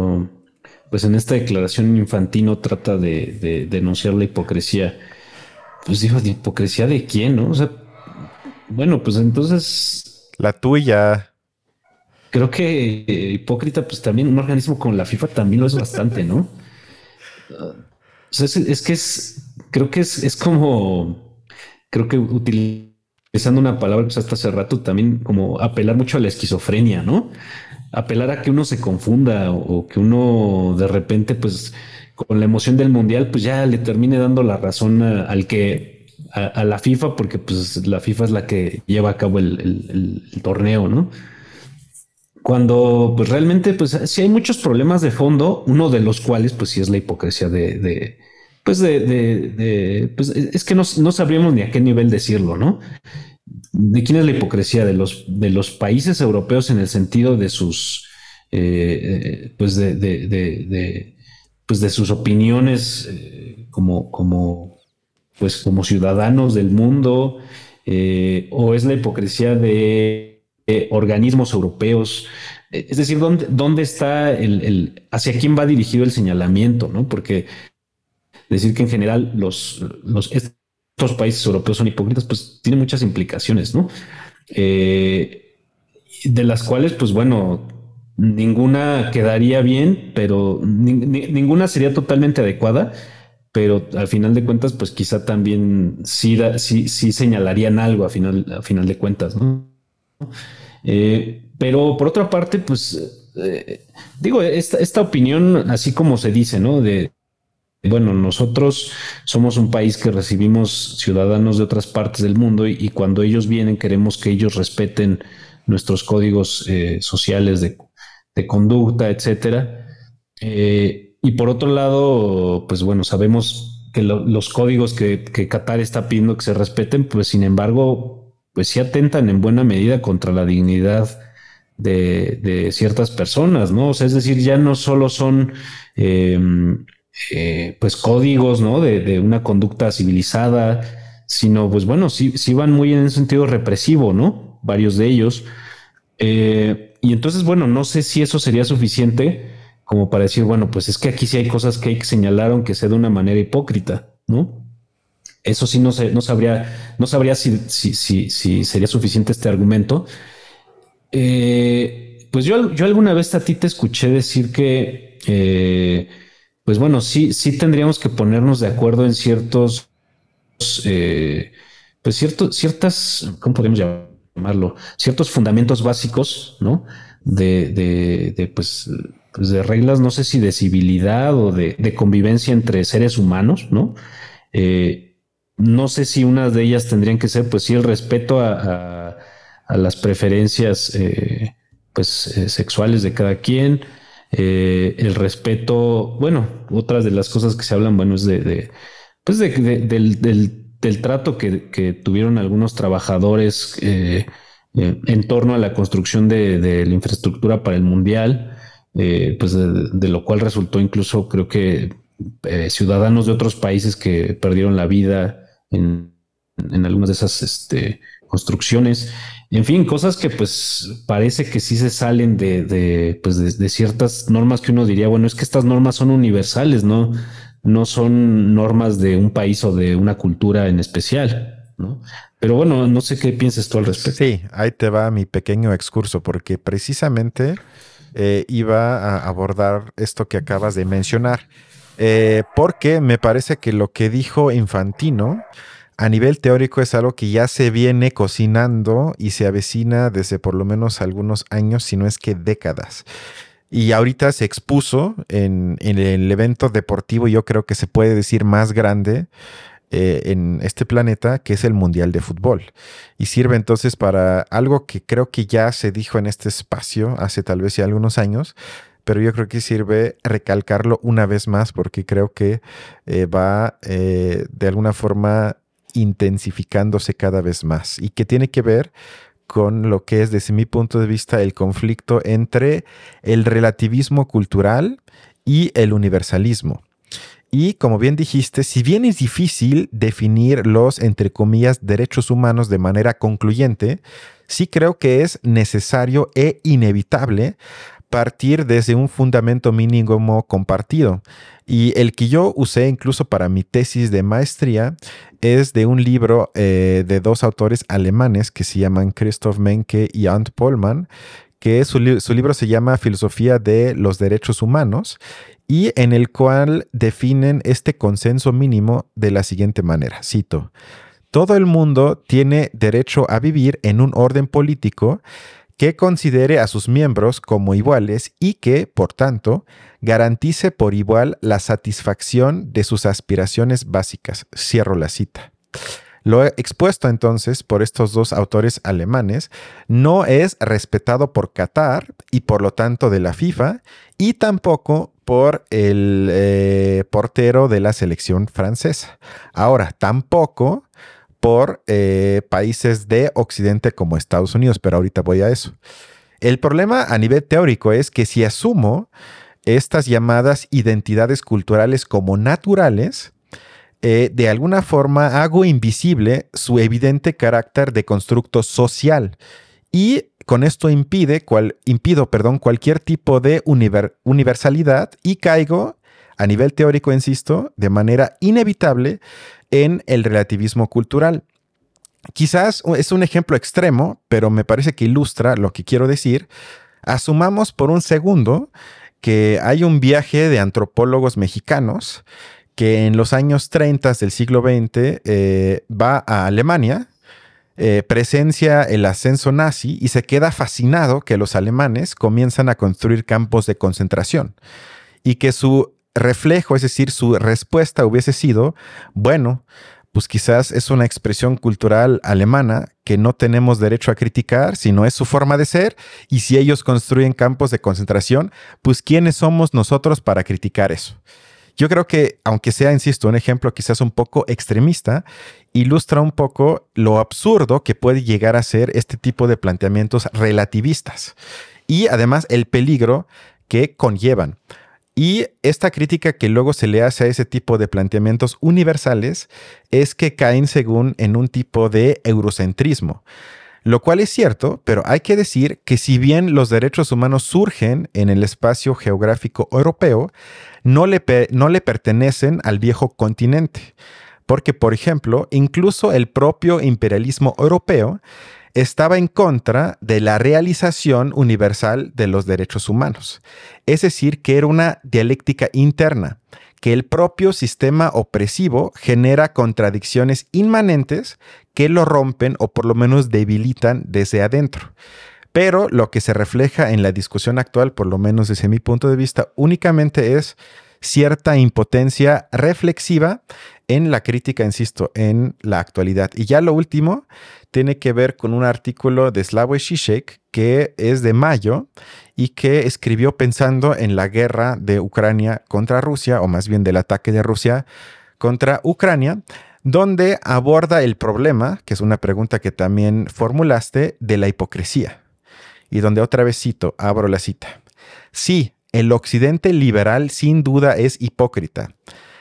pues en esta declaración Infantino trata de denunciar la hipocresía. Pues dijo, ¿de hipocresía de quién, no? O sea, bueno, pues entonces... La tuya. Creo que hipócrita, pues también un organismo como la FIFA también lo es bastante, ¿no? O sea, creo que es como... Creo que utilizando una palabra que usaste hace rato, también como apelar mucho a la esquizofrenia, ¿no? Apelar a que uno se confunda o que uno de repente, pues, con la emoción del mundial, pues ya le termine dando la razón a la FIFA, porque pues la FIFA es la que lleva a cabo el torneo, ¿no? Cuando pues realmente, pues sí hay muchos problemas de fondo, uno de los cuales, pues sí es la hipocresía pues es que no sabríamos ni a qué nivel decirlo, ¿no? ¿De quién es la hipocresía? De los países europeos en el sentido de sus pues de sus opiniones como ciudadanos del mundo, o es la hipocresía de organismos europeos. Es decir, ¿dónde está hacia quién va dirigido el señalamiento, ¿no? Porque decir que en general estos países europeos son hipócritas, pues tiene muchas implicaciones, ¿no? De las cuales, pues bueno, ninguna quedaría bien, pero ninguna sería totalmente adecuada, pero al final de cuentas, pues quizá también sí señalarían algo a final de cuentas, ¿no? Pero por otra parte, pues, digo, esta opinión, así como se dice, ¿no? Bueno, nosotros somos un país que recibimos ciudadanos de otras partes del mundo y cuando ellos vienen queremos que ellos respeten nuestros códigos sociales de conducta, etcétera. Y por otro lado, pues bueno, sabemos que los códigos que Qatar está pidiendo que se respeten, pues sin embargo, pues sí atentan en buena medida contra la dignidad de ciertas personas, ¿no? O sea, es decir, ya no solo son pues códigos, ¿no? De una conducta civilizada, sino pues bueno, sí van muy en un sentido represivo, ¿no? Varios de ellos. Y entonces, bueno, no sé si eso sería suficiente como para decir, bueno, pues es que aquí sí hay cosas que hay que señalar, aunque sea de una manera hipócrita, ¿no? Eso sí no sabría si sería suficiente este argumento. Pues yo alguna vez a ti te escuché decir que, pues bueno, sí tendríamos que ponernos de acuerdo en ciertos, pues ciertas, ¿cómo podemos llamarlo? Ciertos fundamentos básicos, ¿no? Pues de reglas, no sé si de civilidad o de convivencia entre seres humanos, ¿no? No sé si unas de ellas tendrían que ser, pues sí, el respeto a las preferencias sexuales de cada quien, el respeto, bueno, otras de las cosas que se hablan, bueno, es del trato que tuvieron algunos trabajadores en torno a la construcción de la infraestructura para el Mundial, pues de lo cual resultó incluso, creo que ciudadanos de otros países que perdieron la vida en algunas de esas construcciones. En fin, cosas que pues parece que sí se salen de ciertas normas que uno diría, bueno, es que estas normas son universales, no son normas de un país o de una cultura en especial, ¿no? Pero bueno, no sé qué piensas tú al respecto. Sí, ahí te va mi pequeño excurso, porque precisamente iba a abordar esto que acabas de mencionar, porque me parece que lo que dijo Infantino a nivel teórico es algo que ya se viene cocinando y se avecina desde por lo menos algunos años, si no es que décadas. Y ahorita se expuso en el evento deportivo, yo creo que se puede decir más grande en este planeta, que es el Mundial de Fútbol. Y sirve entonces para algo que creo que ya se dijo en este espacio hace tal vez ya algunos años, pero yo creo que sirve recalcarlo una vez más porque creo que va de alguna forma intensificándose cada vez más y que tiene que ver con lo que es, desde mi punto de vista, el conflicto entre el relativismo cultural y el universalismo. Y como bien dijiste, si bien es difícil definir los, entre comillas, derechos humanos de manera concluyente, sí creo que es necesario e inevitable partir desde un fundamento mínimo compartido. Y el que yo usé incluso para mi tesis de maestría es de un libro de dos autores alemanes que se llaman Christoph Menke y Arndt Pollmann, que su libro se llama Filosofía de los Derechos Humanos, y en el cual definen este consenso mínimo de la siguiente manera, cito: todo el mundo tiene derecho a vivir en un orden político que considere a sus miembros como iguales y que, por tanto, garantice por igual la satisfacción de sus aspiraciones básicas. Cierro la cita. Lo expuesto entonces por estos dos autores alemanes no es respetado por Qatar y por lo tanto de la FIFA, y tampoco por el portero de la selección francesa. Ahora, tampoco por países de Occidente como Estados Unidos, pero ahorita voy a eso. El problema a nivel teórico es que si asumo estas llamadas identidades culturales como naturales, de alguna forma hago invisible su evidente carácter de constructo social y con esto impido cualquier tipo de universalidad y caigo, a nivel teórico, insisto, de manera inevitable en el relativismo cultural. Quizás es un ejemplo extremo, pero me parece que ilustra lo que quiero decir. Asumamos por un segundo que hay un viaje de antropólogos mexicanos que en los años 30 del siglo XX va a Alemania, presencia el ascenso nazi y se queda fascinado que los alemanes comienzan a construir campos de concentración y que su reflejo, es decir, su respuesta hubiese sido, bueno, pues quizás es una expresión cultural alemana que no tenemos derecho a criticar, sino es su forma de ser, y si ellos construyen campos de concentración, pues ¿quiénes somos nosotros para criticar eso? Yo creo que, aunque sea, insisto, un ejemplo quizás un poco extremista, ilustra un poco lo absurdo que puede llegar a ser este tipo de planteamientos relativistas y además el peligro que conllevan. Y esta crítica que luego se le hace a ese tipo de planteamientos universales es que caen según en un tipo de eurocentrismo, lo cual es cierto, pero hay que decir que si bien los derechos humanos surgen en el espacio geográfico europeo, no le pertenecen al viejo continente, porque, por ejemplo, incluso el propio imperialismo europeo estaba en contra de la realización universal de los derechos humanos. Es decir, que era una dialéctica interna, que el propio sistema opresivo genera contradicciones inmanentes que lo rompen o por lo menos debilitan desde adentro. Pero lo que se refleja en la discusión actual, por lo menos desde mi punto de vista, únicamente es cierta impotencia reflexiva en la crítica, insisto, en la actualidad. Y ya lo último tiene que ver con un artículo de Slavoj Žižek que es de mayo y que escribió pensando en la guerra de Ucrania contra Rusia, o más bien del ataque de Rusia contra Ucrania, donde aborda el problema, que es una pregunta que también formulaste, de la hipocresía. Y donde otra vez cito, abro la cita. Sí, el occidente liberal sin duda es hipócrita,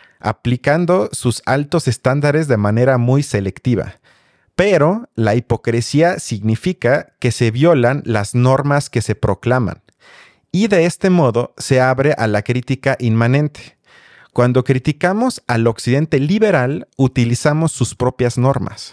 aplicando sus altos estándares de manera muy selectiva. Pero la hipocresía significa que se violan las normas que se proclaman. Y de este modo se abre a la crítica inmanente. Cuando criticamos al occidente liberal, utilizamos sus propias normas.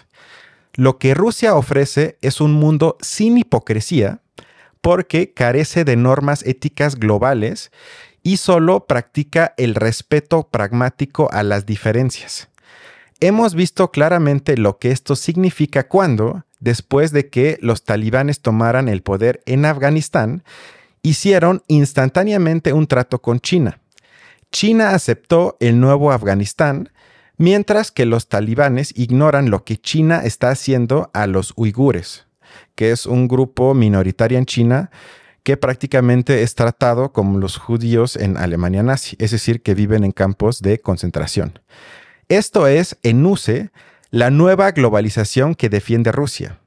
Lo que Rusia ofrece es un mundo sin hipocresía, porque carece de normas éticas globales y solo practica el respeto pragmático a las diferencias. Hemos visto claramente lo que esto significa cuando, después de que los talibanes tomaran el poder en Afganistán, hicieron instantáneamente un trato con China. China aceptó el nuevo Afganistán, mientras que los talibanes ignoran lo que China está haciendo a los uigures, que es un grupo minoritario en China que prácticamente es tratado como los judíos en Alemania nazi, es decir, que viven en campos de concentración. Esto es, en UCE, la nueva globalización que defiende Rusia.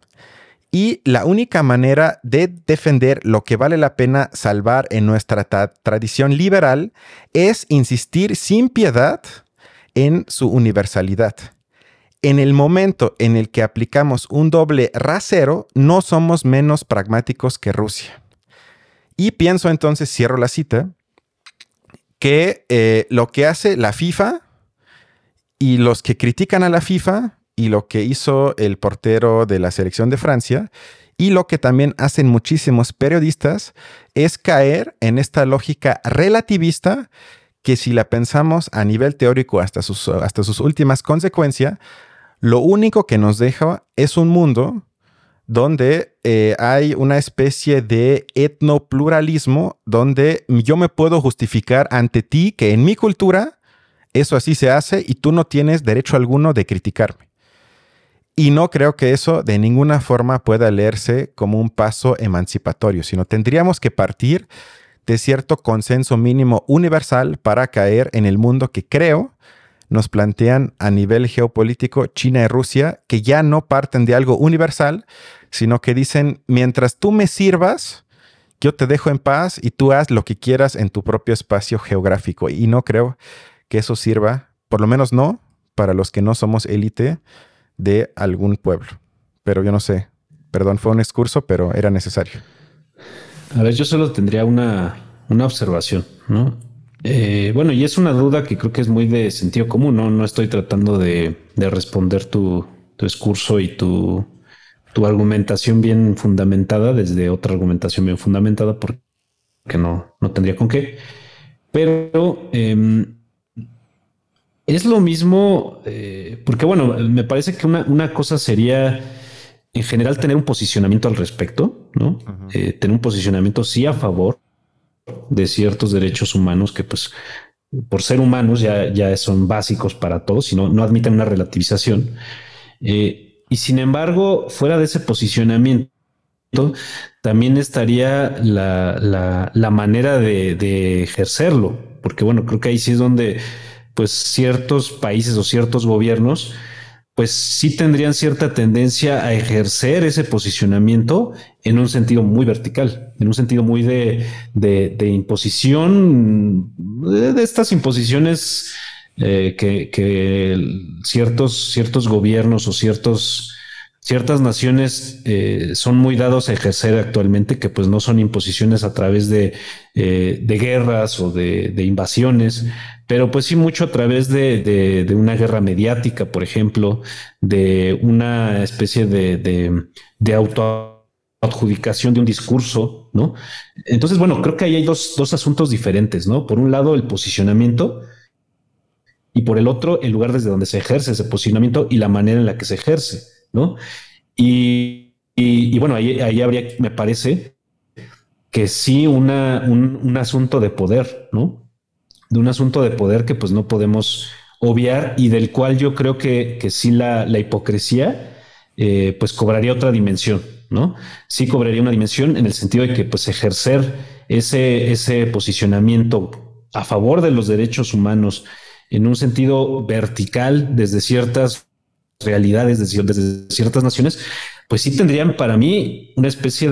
Y la única manera de defender lo que vale la pena salvar en nuestra tradición liberal es insistir sin piedad en su universalidad. En el momento en el que aplicamos un doble rasero, no somos menos pragmáticos que Rusia. Y pienso entonces, cierro la cita, que lo que hace la FIFA y los que critican a la FIFA y lo que hizo el portero de la selección de Francia y lo que también hacen muchísimos periodistas es caer en esta lógica relativista que si la pensamos a nivel teórico hasta sus últimas consecuencias, lo único que nos deja es un mundo donde hay una especie de etnopluralismo donde yo me puedo justificar ante ti que en mi cultura eso así se hace y tú no tienes derecho alguno de criticarme. Y no creo que eso de ninguna forma pueda leerse como un paso emancipatorio, sino tendríamos que partir de cierto consenso mínimo universal para caer en el mundo que creo nos plantean a nivel geopolítico China y Rusia, que ya no parten de algo universal, sino que dicen, mientras tú me sirvas, yo te dejo en paz y tú haz lo que quieras en tu propio espacio geográfico. Y no creo que eso sirva, por lo menos no, para los que no somos élite de algún pueblo. Pero yo no sé, perdón, fue un excurso, pero era necesario. A ver, yo solo tendría una observación, ¿no? Bueno, y es una duda que creo que es muy de sentido común, ¿no? No estoy tratando de responder tu excurso y tu argumentación bien fundamentada desde otra argumentación bien fundamentada porque no tendría con qué. Pero es lo mismo, porque bueno, me parece que una cosa sería en general tener un posicionamiento al respecto, ¿no? Tener un posicionamiento sí a favor de ciertos derechos humanos que pues por ser humanos ya son básicos para todos y no admiten una relativización. Y sin embargo, fuera de ese posicionamiento, también estaría la manera de ejercerlo, porque bueno, creo que ahí sí es donde pues ciertos países o ciertos gobiernos pues sí tendrían cierta tendencia a ejercer ese posicionamiento en un sentido muy vertical, en un sentido muy de imposición, de estas imposiciones que ciertos gobiernos o ciertas naciones son muy dados a ejercer actualmente, que pues no son imposiciones a través de guerras o de invasiones, pero pues sí mucho a través de una guerra mediática, por ejemplo, de una especie de autoadjudicación de un discurso, ¿no? Entonces, bueno, creo que ahí hay dos asuntos diferentes, ¿no? Por un lado, el posicionamiento y por el otro, el lugar desde donde se ejerce ese posicionamiento y la manera en la que se ejerce, ¿no? Y bueno, ahí habría, me parece, que sí un asunto de poder, ¿no? De un asunto de poder que pues no podemos obviar y del cual yo creo que sí la hipocresía pues cobraría otra dimensión, ¿no? Sí cobraría una dimensión en el sentido de que pues ejercer ese posicionamiento a favor de los derechos humanos en un sentido vertical desde ciertas realidades, desde ciertas naciones, pues sí tendrían para mí una especie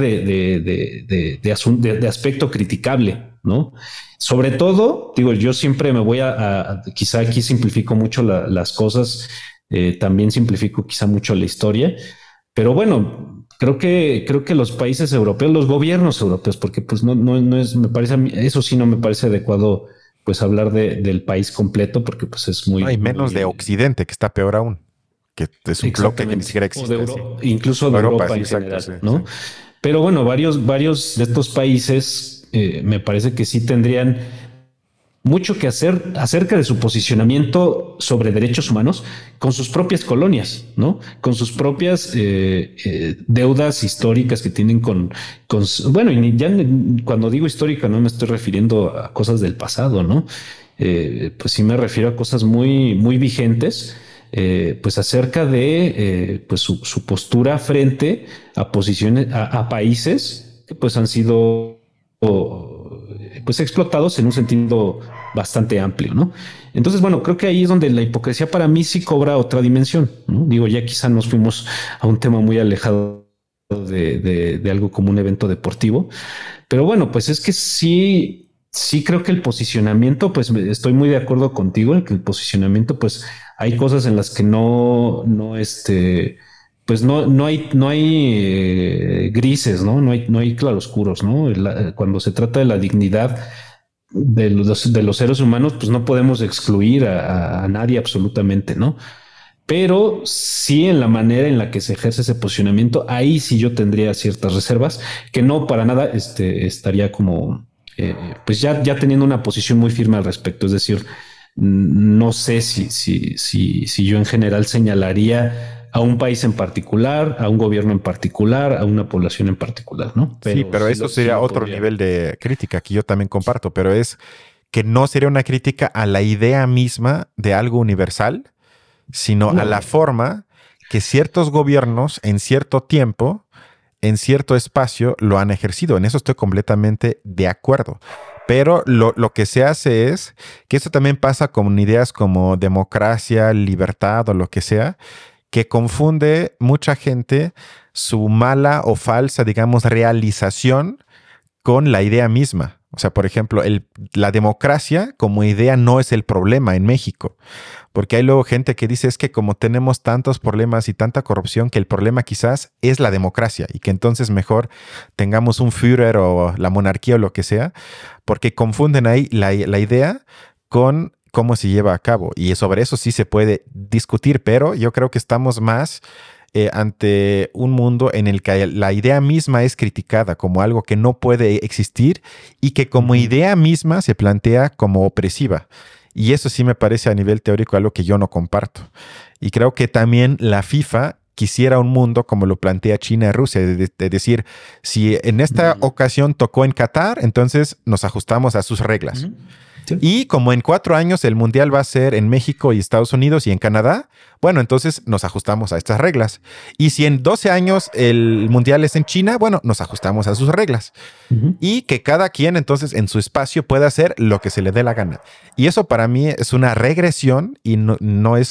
de aspecto criticable, ¿no? Sobre todo, digo, yo siempre me voy quizá aquí simplifico mucho las cosas, también simplifico quizá mucho la historia, pero bueno, creo que los países europeos, los gobiernos europeos, porque pues no es, me parece a mí, eso sí no me parece adecuado pues hablar del país completo, porque pues es muy... No, y menos de Occidente, que está peor aún, que es un bloque que ni siquiera existe. Incluso de Europa en general, sí, ¿no? Sí. Pero bueno, varios de estos países me parece que sí tendrían mucho que hacer acerca de su posicionamiento sobre derechos humanos con sus propias colonias, ¿no? Con sus propias deudas históricas que tienen bueno, y ya cuando digo histórica no me estoy refiriendo a cosas del pasado, ¿no? Pues sí me refiero a cosas muy, muy vigentes, pues acerca de pues su postura frente a posiciones, a países que pues han sido pues explotados en un sentido bastante amplio, ¿no? Entonces, bueno, creo que ahí es donde la hipocresía para mí sí cobra otra dimensión, ¿no? Digo, ya quizá nos fuimos a un tema muy alejado de algo como un evento deportivo, pero bueno, pues es que sí creo que el posicionamiento, pues estoy muy de acuerdo contigo en que el posicionamiento, pues hay cosas en las que pues no hay grises, ¿no? No hay claroscuros, ¿no? Cuando se trata de la dignidad de los seres humanos, pues no podemos excluir a nadie absolutamente, ¿no? Pero sí en la manera en la que se ejerce ese posicionamiento, ahí sí yo tendría ciertas reservas, que no para nada estaría como, pues ya teniendo una posición muy firme al respecto. Es decir, no sé si yo en general señalaría a un país en particular, a un gobierno en particular, a una población en particular, ¿no? Sí, pero eso sería otro nivel de crítica que yo también comparto, pero es que no sería una crítica a la idea misma de algo universal, sino a la forma que ciertos gobiernos en cierto tiempo, en cierto espacio, lo han ejercido. En eso estoy completamente de acuerdo. Pero lo que se hace es que esto también pasa con ideas como democracia, libertad o lo que sea, que confunde mucha gente su mala o falsa, digamos, realización con la idea misma. O sea, por ejemplo, la democracia como idea no es el problema en México, porque hay luego gente que dice es que como tenemos tantos problemas y tanta corrupción, que el problema quizás es la democracia y que entonces mejor tengamos un Führer o la monarquía o lo que sea, porque confunden ahí la idea con cómo se lleva a cabo. Y sobre eso sí se puede discutir, pero yo creo que estamos más ante un mundo en el que la idea misma es criticada como algo que no puede existir y que como idea misma se plantea como opresiva. Y eso sí me parece a nivel teórico algo que yo no comparto. Y creo que también la FIFA quisiera un mundo como lo plantea China y Rusia, de decir, si en esta ocasión tocó en Qatar, entonces nos ajustamos a sus reglas. Sí. Y como en 4 años el mundial va a ser en México y Estados Unidos y en Canadá, bueno, entonces nos ajustamos a estas reglas. Y si en 12 años el mundial es en China, bueno, nos ajustamos a sus reglas. Y que cada quien entonces en su espacio pueda hacer lo que se le dé la gana. Y eso para mí es una regresión y no es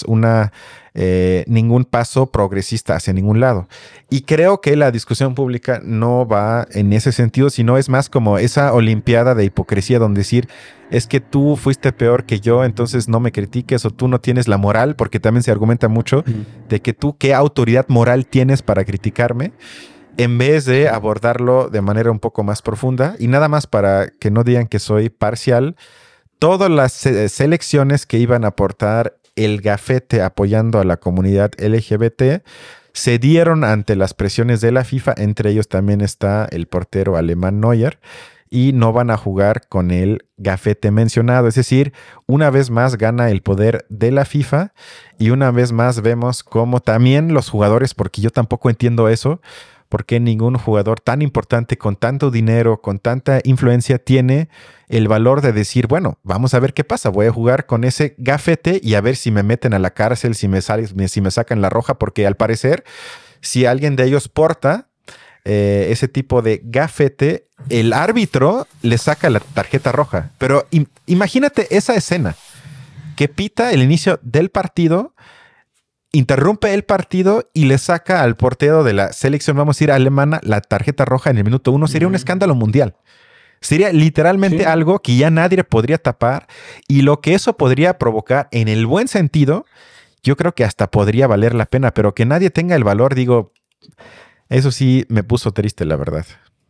ningún paso progresista hacia ningún lado. Y creo que la discusión pública no va en ese sentido, sino es más como esa olimpiada de hipocresía donde decir, es que tú fuiste peor que yo, entonces no me critiques, o tú no tienes la moral, porque también se argumenta mucho de que tú qué autoridad moral tienes para criticarme, en vez de abordarlo de manera un poco más profunda. Y nada más para que no digan que soy parcial, todas las selecciones que iban a aportar el gafete apoyando a la comunidad LGBT se dieron ante las presiones de la FIFA. Entre ellos también está el portero alemán Neuer, y no van a jugar con el gafete mencionado. Es decir, una vez más gana el poder de la FIFA, y una vez más vemos cómo también los jugadores, porque yo tampoco entiendo eso, por qué ningún jugador tan importante, con tanto dinero, con tanta influencia, tiene el valor de decir, bueno, vamos a ver qué pasa, voy a jugar con ese gafete y a ver si me meten a la cárcel, si me sacan la roja, porque al parecer, si alguien de ellos porta ese tipo de gafete, el árbitro le saca la tarjeta roja. Pero imagínate esa escena, que pita el inicio del partido, interrumpe el partido y le saca al portero de la selección, vamos a ir alemana, la tarjeta roja en el minuto 1. Sería un escándalo mundial. Sería literalmente algo que ya nadie podría tapar, y lo que eso podría provocar en el buen sentido, yo creo que hasta podría valer la pena, pero que nadie tenga el valor, digo, eso sí me puso triste, la verdad.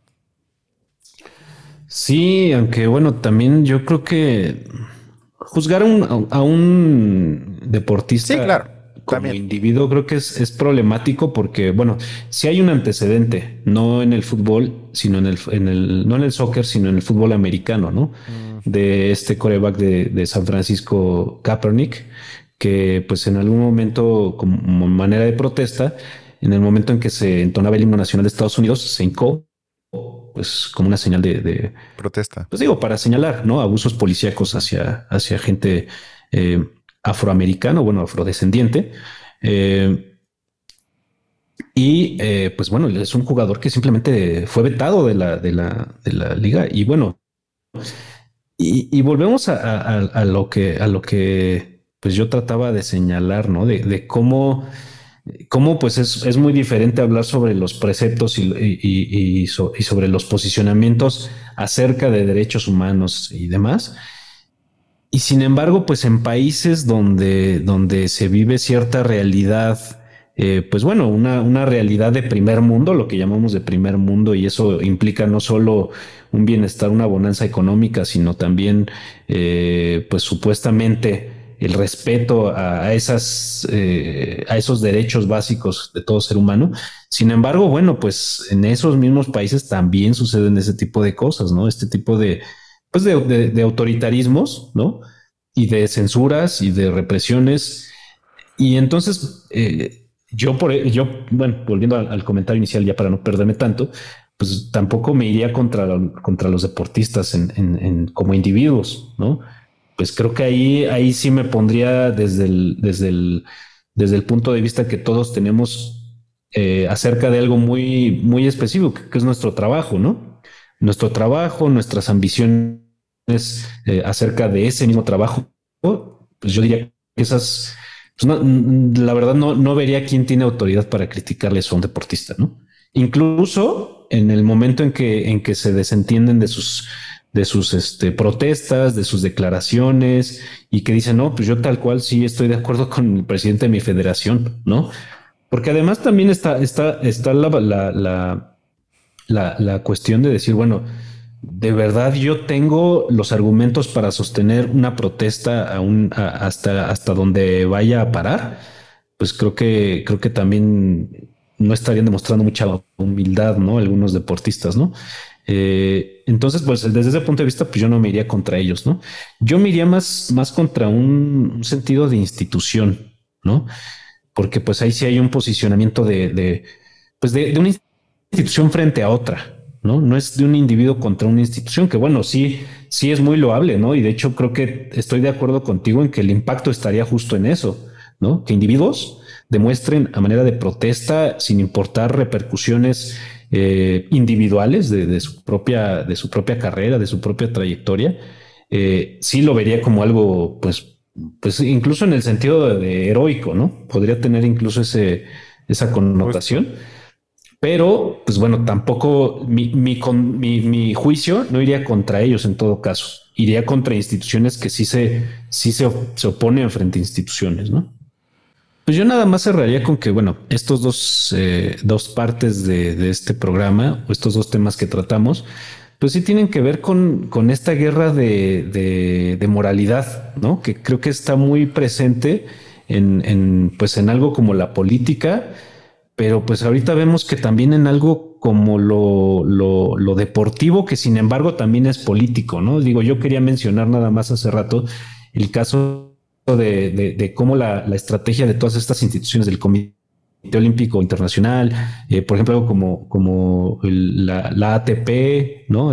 Sí, aunque bueno, también yo creo que juzgar a un deportista, sí, claro, como también individuo, creo que es problemático, porque bueno, si hay un antecedente, no en el fútbol, sino no en el soccer, sino en el fútbol americano, ¿no? De este quarterback de San Francisco, Kaepernick, que pues en algún momento, como manera de protesta, en el momento en que se entonaba el himno nacional de Estados Unidos, se hincó, pues como una señal de protesta. Pues digo, para señalar, ¿no? Abusos policíacos hacia gente afroamericano, bueno, afrodescendiente. Pues bueno, es un jugador que simplemente fue vetado de la liga. Y bueno, y volvemos a lo que pues yo trataba de señalar, ¿no? De cómo pues es muy diferente hablar sobre los preceptos y sobre los posicionamientos acerca de derechos humanos y demás. Y sin embargo, pues en países donde se vive cierta realidad, pues bueno, una realidad de primer mundo, lo que llamamos de primer mundo, y eso implica no solo un bienestar, una bonanza económica, sino también, pues supuestamente, el respeto a esos derechos básicos de todo ser humano. Sin embargo, bueno, pues en esos mismos países también suceden ese tipo de cosas, ¿no? Este tipo de autoritarismos, ¿no? Y de censuras y de represiones. Y entonces, bueno, volviendo al comentario inicial, ya para no perderme tanto, pues tampoco me iría contra los deportistas como individuos, ¿no? Pues creo que ahí sí me pondría desde el punto de vista que todos tenemos acerca de algo muy, muy específico, que es nuestro trabajo, ¿no? Nuestro trabajo, nuestras ambiciones acerca de ese mismo trabajo, pues yo diría que esas, pues no, la verdad no vería quién tiene autoridad para criticarle eso a un deportista, ¿no? Incluso en el momento en que se desentienden de sus protestas, de sus declaraciones, y que dicen, no, pues yo tal cual sí estoy de acuerdo con el presidente de mi federación, ¿no? Porque además también está la cuestión de decir, bueno, de verdad yo tengo los argumentos para sostener una protesta hasta donde vaya a parar. Pues creo que también no estarían demostrando mucha humildad, ¿no? Algunos deportistas, ¿no? Entonces, pues desde ese punto de vista, pues yo no me iría contra ellos, ¿no? Yo me iría más contra un sentido de institución, ¿no? porque pues ahí sí hay un posicionamiento de una institución frente a otra, ¿no? No es de un individuo contra una institución, que bueno, sí es muy loable, ¿no? Y de hecho creo que estoy de acuerdo contigo en que el impacto estaría justo en eso, ¿no? Que individuos demuestren a manera de protesta, sin importar repercusiones individuales de su propia carrera, de su propia trayectoria, sí lo vería como algo, pues incluso en el sentido de heroico, ¿no? Podría tener incluso esa connotación. Justo. Pero, pues bueno, tampoco mi juicio no iría contra ellos en todo caso. Iría contra instituciones que sí se oponen frente a instituciones, ¿no? Pues yo nada más cerraría con que, bueno, estos dos partes de este programa, o estos dos temas que tratamos, pues sí tienen que ver con esta guerra de moralidad, ¿no? Que creo que está muy presente en algo como la política, pero pues ahorita vemos que también en algo como lo deportivo, que sin embargo también es político, ¿no? Digo, yo quería mencionar nada más hace rato el caso de cómo la estrategia de todas estas instituciones del Comité Olímpico Internacional, por ejemplo, algo como la ATP, ¿no?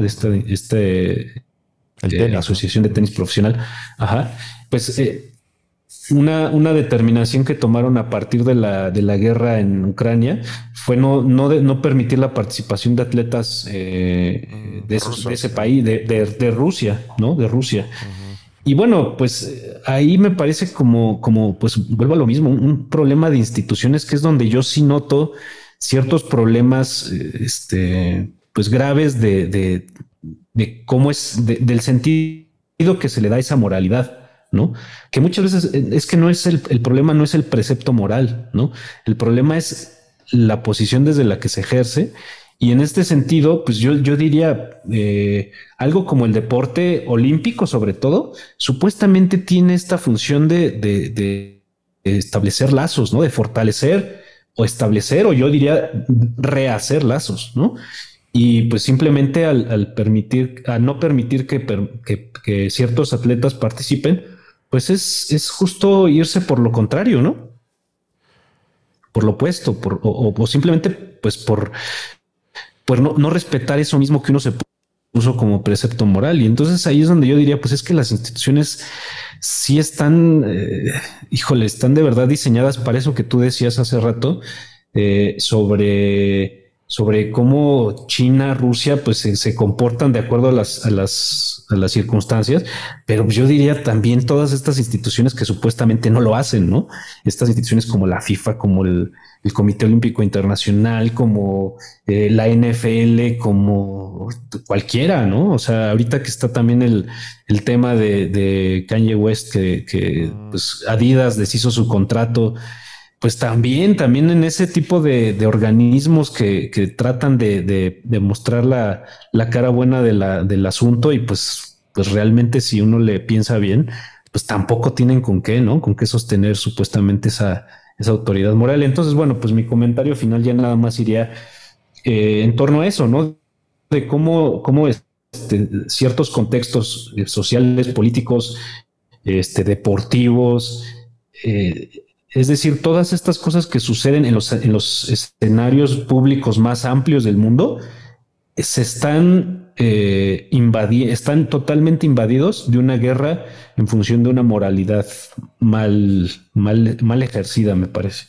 Asociación de Tenis Profesional, pues una determinación que tomaron a partir de la guerra en Ucrania fue no permitir la participación de atletas de ese país, de Rusia, ¿no? De Rusia. Y bueno, pues ahí me parece como pues vuelvo a lo mismo, un problema de instituciones, que es donde yo sí noto ciertos problemas, pues graves de cómo del sentido que se le da a esa moralidad, ¿no? Que muchas veces es que no es el problema, no es el precepto moral, ¿no? El problema es la posición desde la que se ejerce. Y en este sentido, pues yo diría algo como el deporte olímpico, sobre todo, supuestamente tiene esta función de establecer lazos, ¿no? De fortalecer o establecer, o yo diría rehacer lazos, ¿no? Y pues simplemente al no permitir que ciertos atletas participen, pues es justo irse por lo contrario, ¿no? Por lo opuesto, o simplemente pues por no respetar eso mismo que uno se puso como precepto moral. Y entonces ahí es donde yo diría, pues es que las instituciones sí están, están de verdad diseñadas para eso que tú decías hace rato, sobre cómo China, Rusia, pues se comportan de acuerdo a las circunstancias, pero yo diría también todas estas instituciones que supuestamente no lo hacen, ¿no? Estas instituciones como la FIFA, como el Comité Olímpico Internacional, como la NFL, como cualquiera, ¿no? O sea, ahorita que está también el tema de Kanye West, que pues Adidas deshizo su contrato, pues también en ese tipo de organismos que tratan de mostrar la cara buena del asunto, y pues realmente si uno le piensa bien, pues tampoco tienen con qué, ¿no? Con qué sostener supuestamente esa autoridad moral. Entonces, bueno, pues mi comentario final ya nada más iría en torno a eso, ¿no? De cómo ciertos contextos sociales, políticos, deportivos, es decir, todas estas cosas que suceden en los escenarios públicos más amplios del mundo se están están totalmente invadidos de una guerra en función de una moralidad mal ejercida, me parece.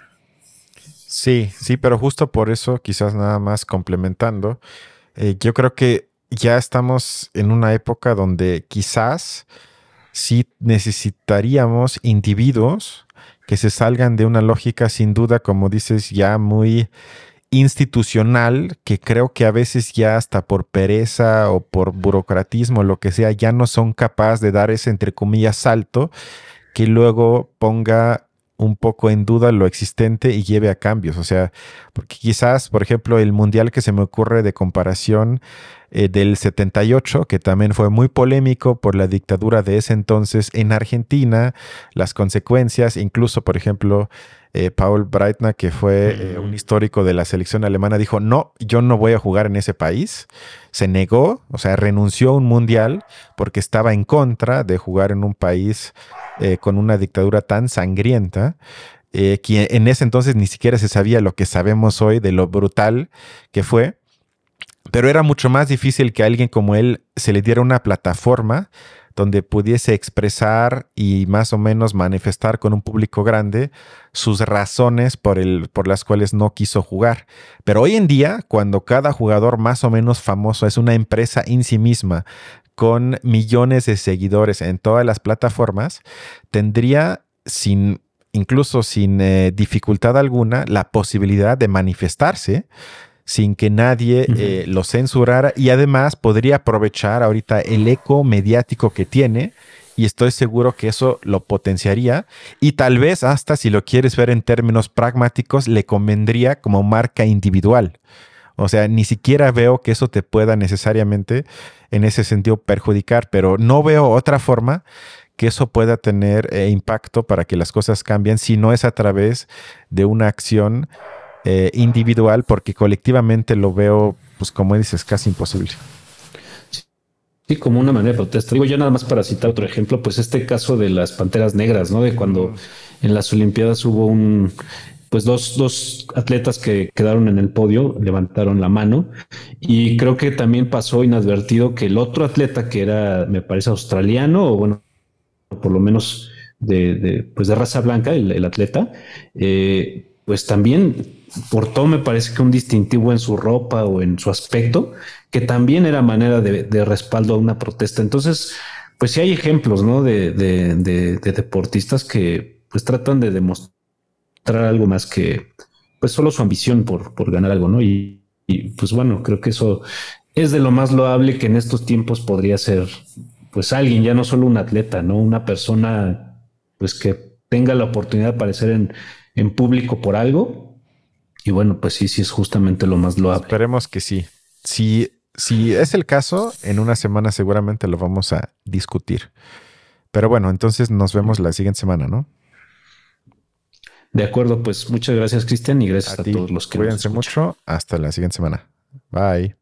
Sí, pero justo por eso, quizás nada más complementando, yo creo que ya estamos en una época donde quizás sí necesitaríamos individuos que se salgan de una lógica, sin duda, como dices, ya muy institucional, que creo que a veces ya hasta por pereza o por burocratismo, lo que sea, ya no son capaces de dar ese, entre comillas, salto que luego ponga un poco en duda lo existente y lleve a cambios. O sea, porque quizás, por ejemplo, el mundial que se me ocurre de comparación del 78, que también fue muy polémico por la dictadura de ese entonces en Argentina, las consecuencias, incluso, por ejemplo, Paul Breitner, que fue un histórico de la selección alemana, dijo, no, yo no voy a jugar en ese país. Se negó, o sea, renunció a un mundial porque estaba en contra de jugar en un país con una dictadura tan sangrienta. que en ese entonces ni siquiera se sabía lo que sabemos hoy de lo brutal que fue. Pero era mucho más difícil que a alguien como él se le diera una plataforma donde pudiese expresar y más o menos manifestar con un público grande sus razones por las cuales no quiso jugar. Pero hoy en día, cuando cada jugador más o menos famoso es una empresa en sí misma, con millones de seguidores en todas las plataformas, tendría incluso sin dificultad alguna la posibilidad de manifestarse sin que nadie lo censurara, y además podría aprovechar ahorita el eco mediático que tiene, y estoy seguro que eso lo potenciaría, y tal vez hasta, si lo quieres ver en términos pragmáticos, le convendría como marca individual. O sea, ni siquiera veo que eso te pueda necesariamente en ese sentido perjudicar, pero no veo otra forma que eso pueda tener impacto para que las cosas cambien si no es a través de una acción individual, porque colectivamente lo veo, pues como dices, casi imposible. Sí, como una manera de protesta. Digo, ya nada más para citar otro ejemplo, pues este caso de las Panteras Negras, ¿no? De cuando en las Olimpiadas hubo pues dos atletas que quedaron en el podio, levantaron la mano, y creo que también pasó inadvertido que el otro atleta, que era, me parece, australiano, o bueno, por lo menos pues de raza blanca, el atleta, pues también portó, me parece que un distintivo en su ropa o en su aspecto, que también era manera de respaldo a una protesta. Entonces, pues sí hay ejemplos, ¿no? De deportistas que pues tratan de demostrar algo más que pues solo su ambición por ganar algo, ¿no? Y pues bueno, creo que eso es de lo más loable que en estos tiempos podría ser pues alguien, ya no solo un atleta, ¿no? Una persona pues que tenga la oportunidad de aparecer en público por algo. Y bueno, pues sí es justamente lo más loable. Esperemos que sí. Si es el caso, en una semana seguramente lo vamos a discutir. Pero bueno, entonces nos vemos la siguiente semana, ¿no? De acuerdo, pues muchas gracias, Cristian, y gracias a todos los que nos escuchan. Cuídense mucho. Hasta la siguiente semana. Bye.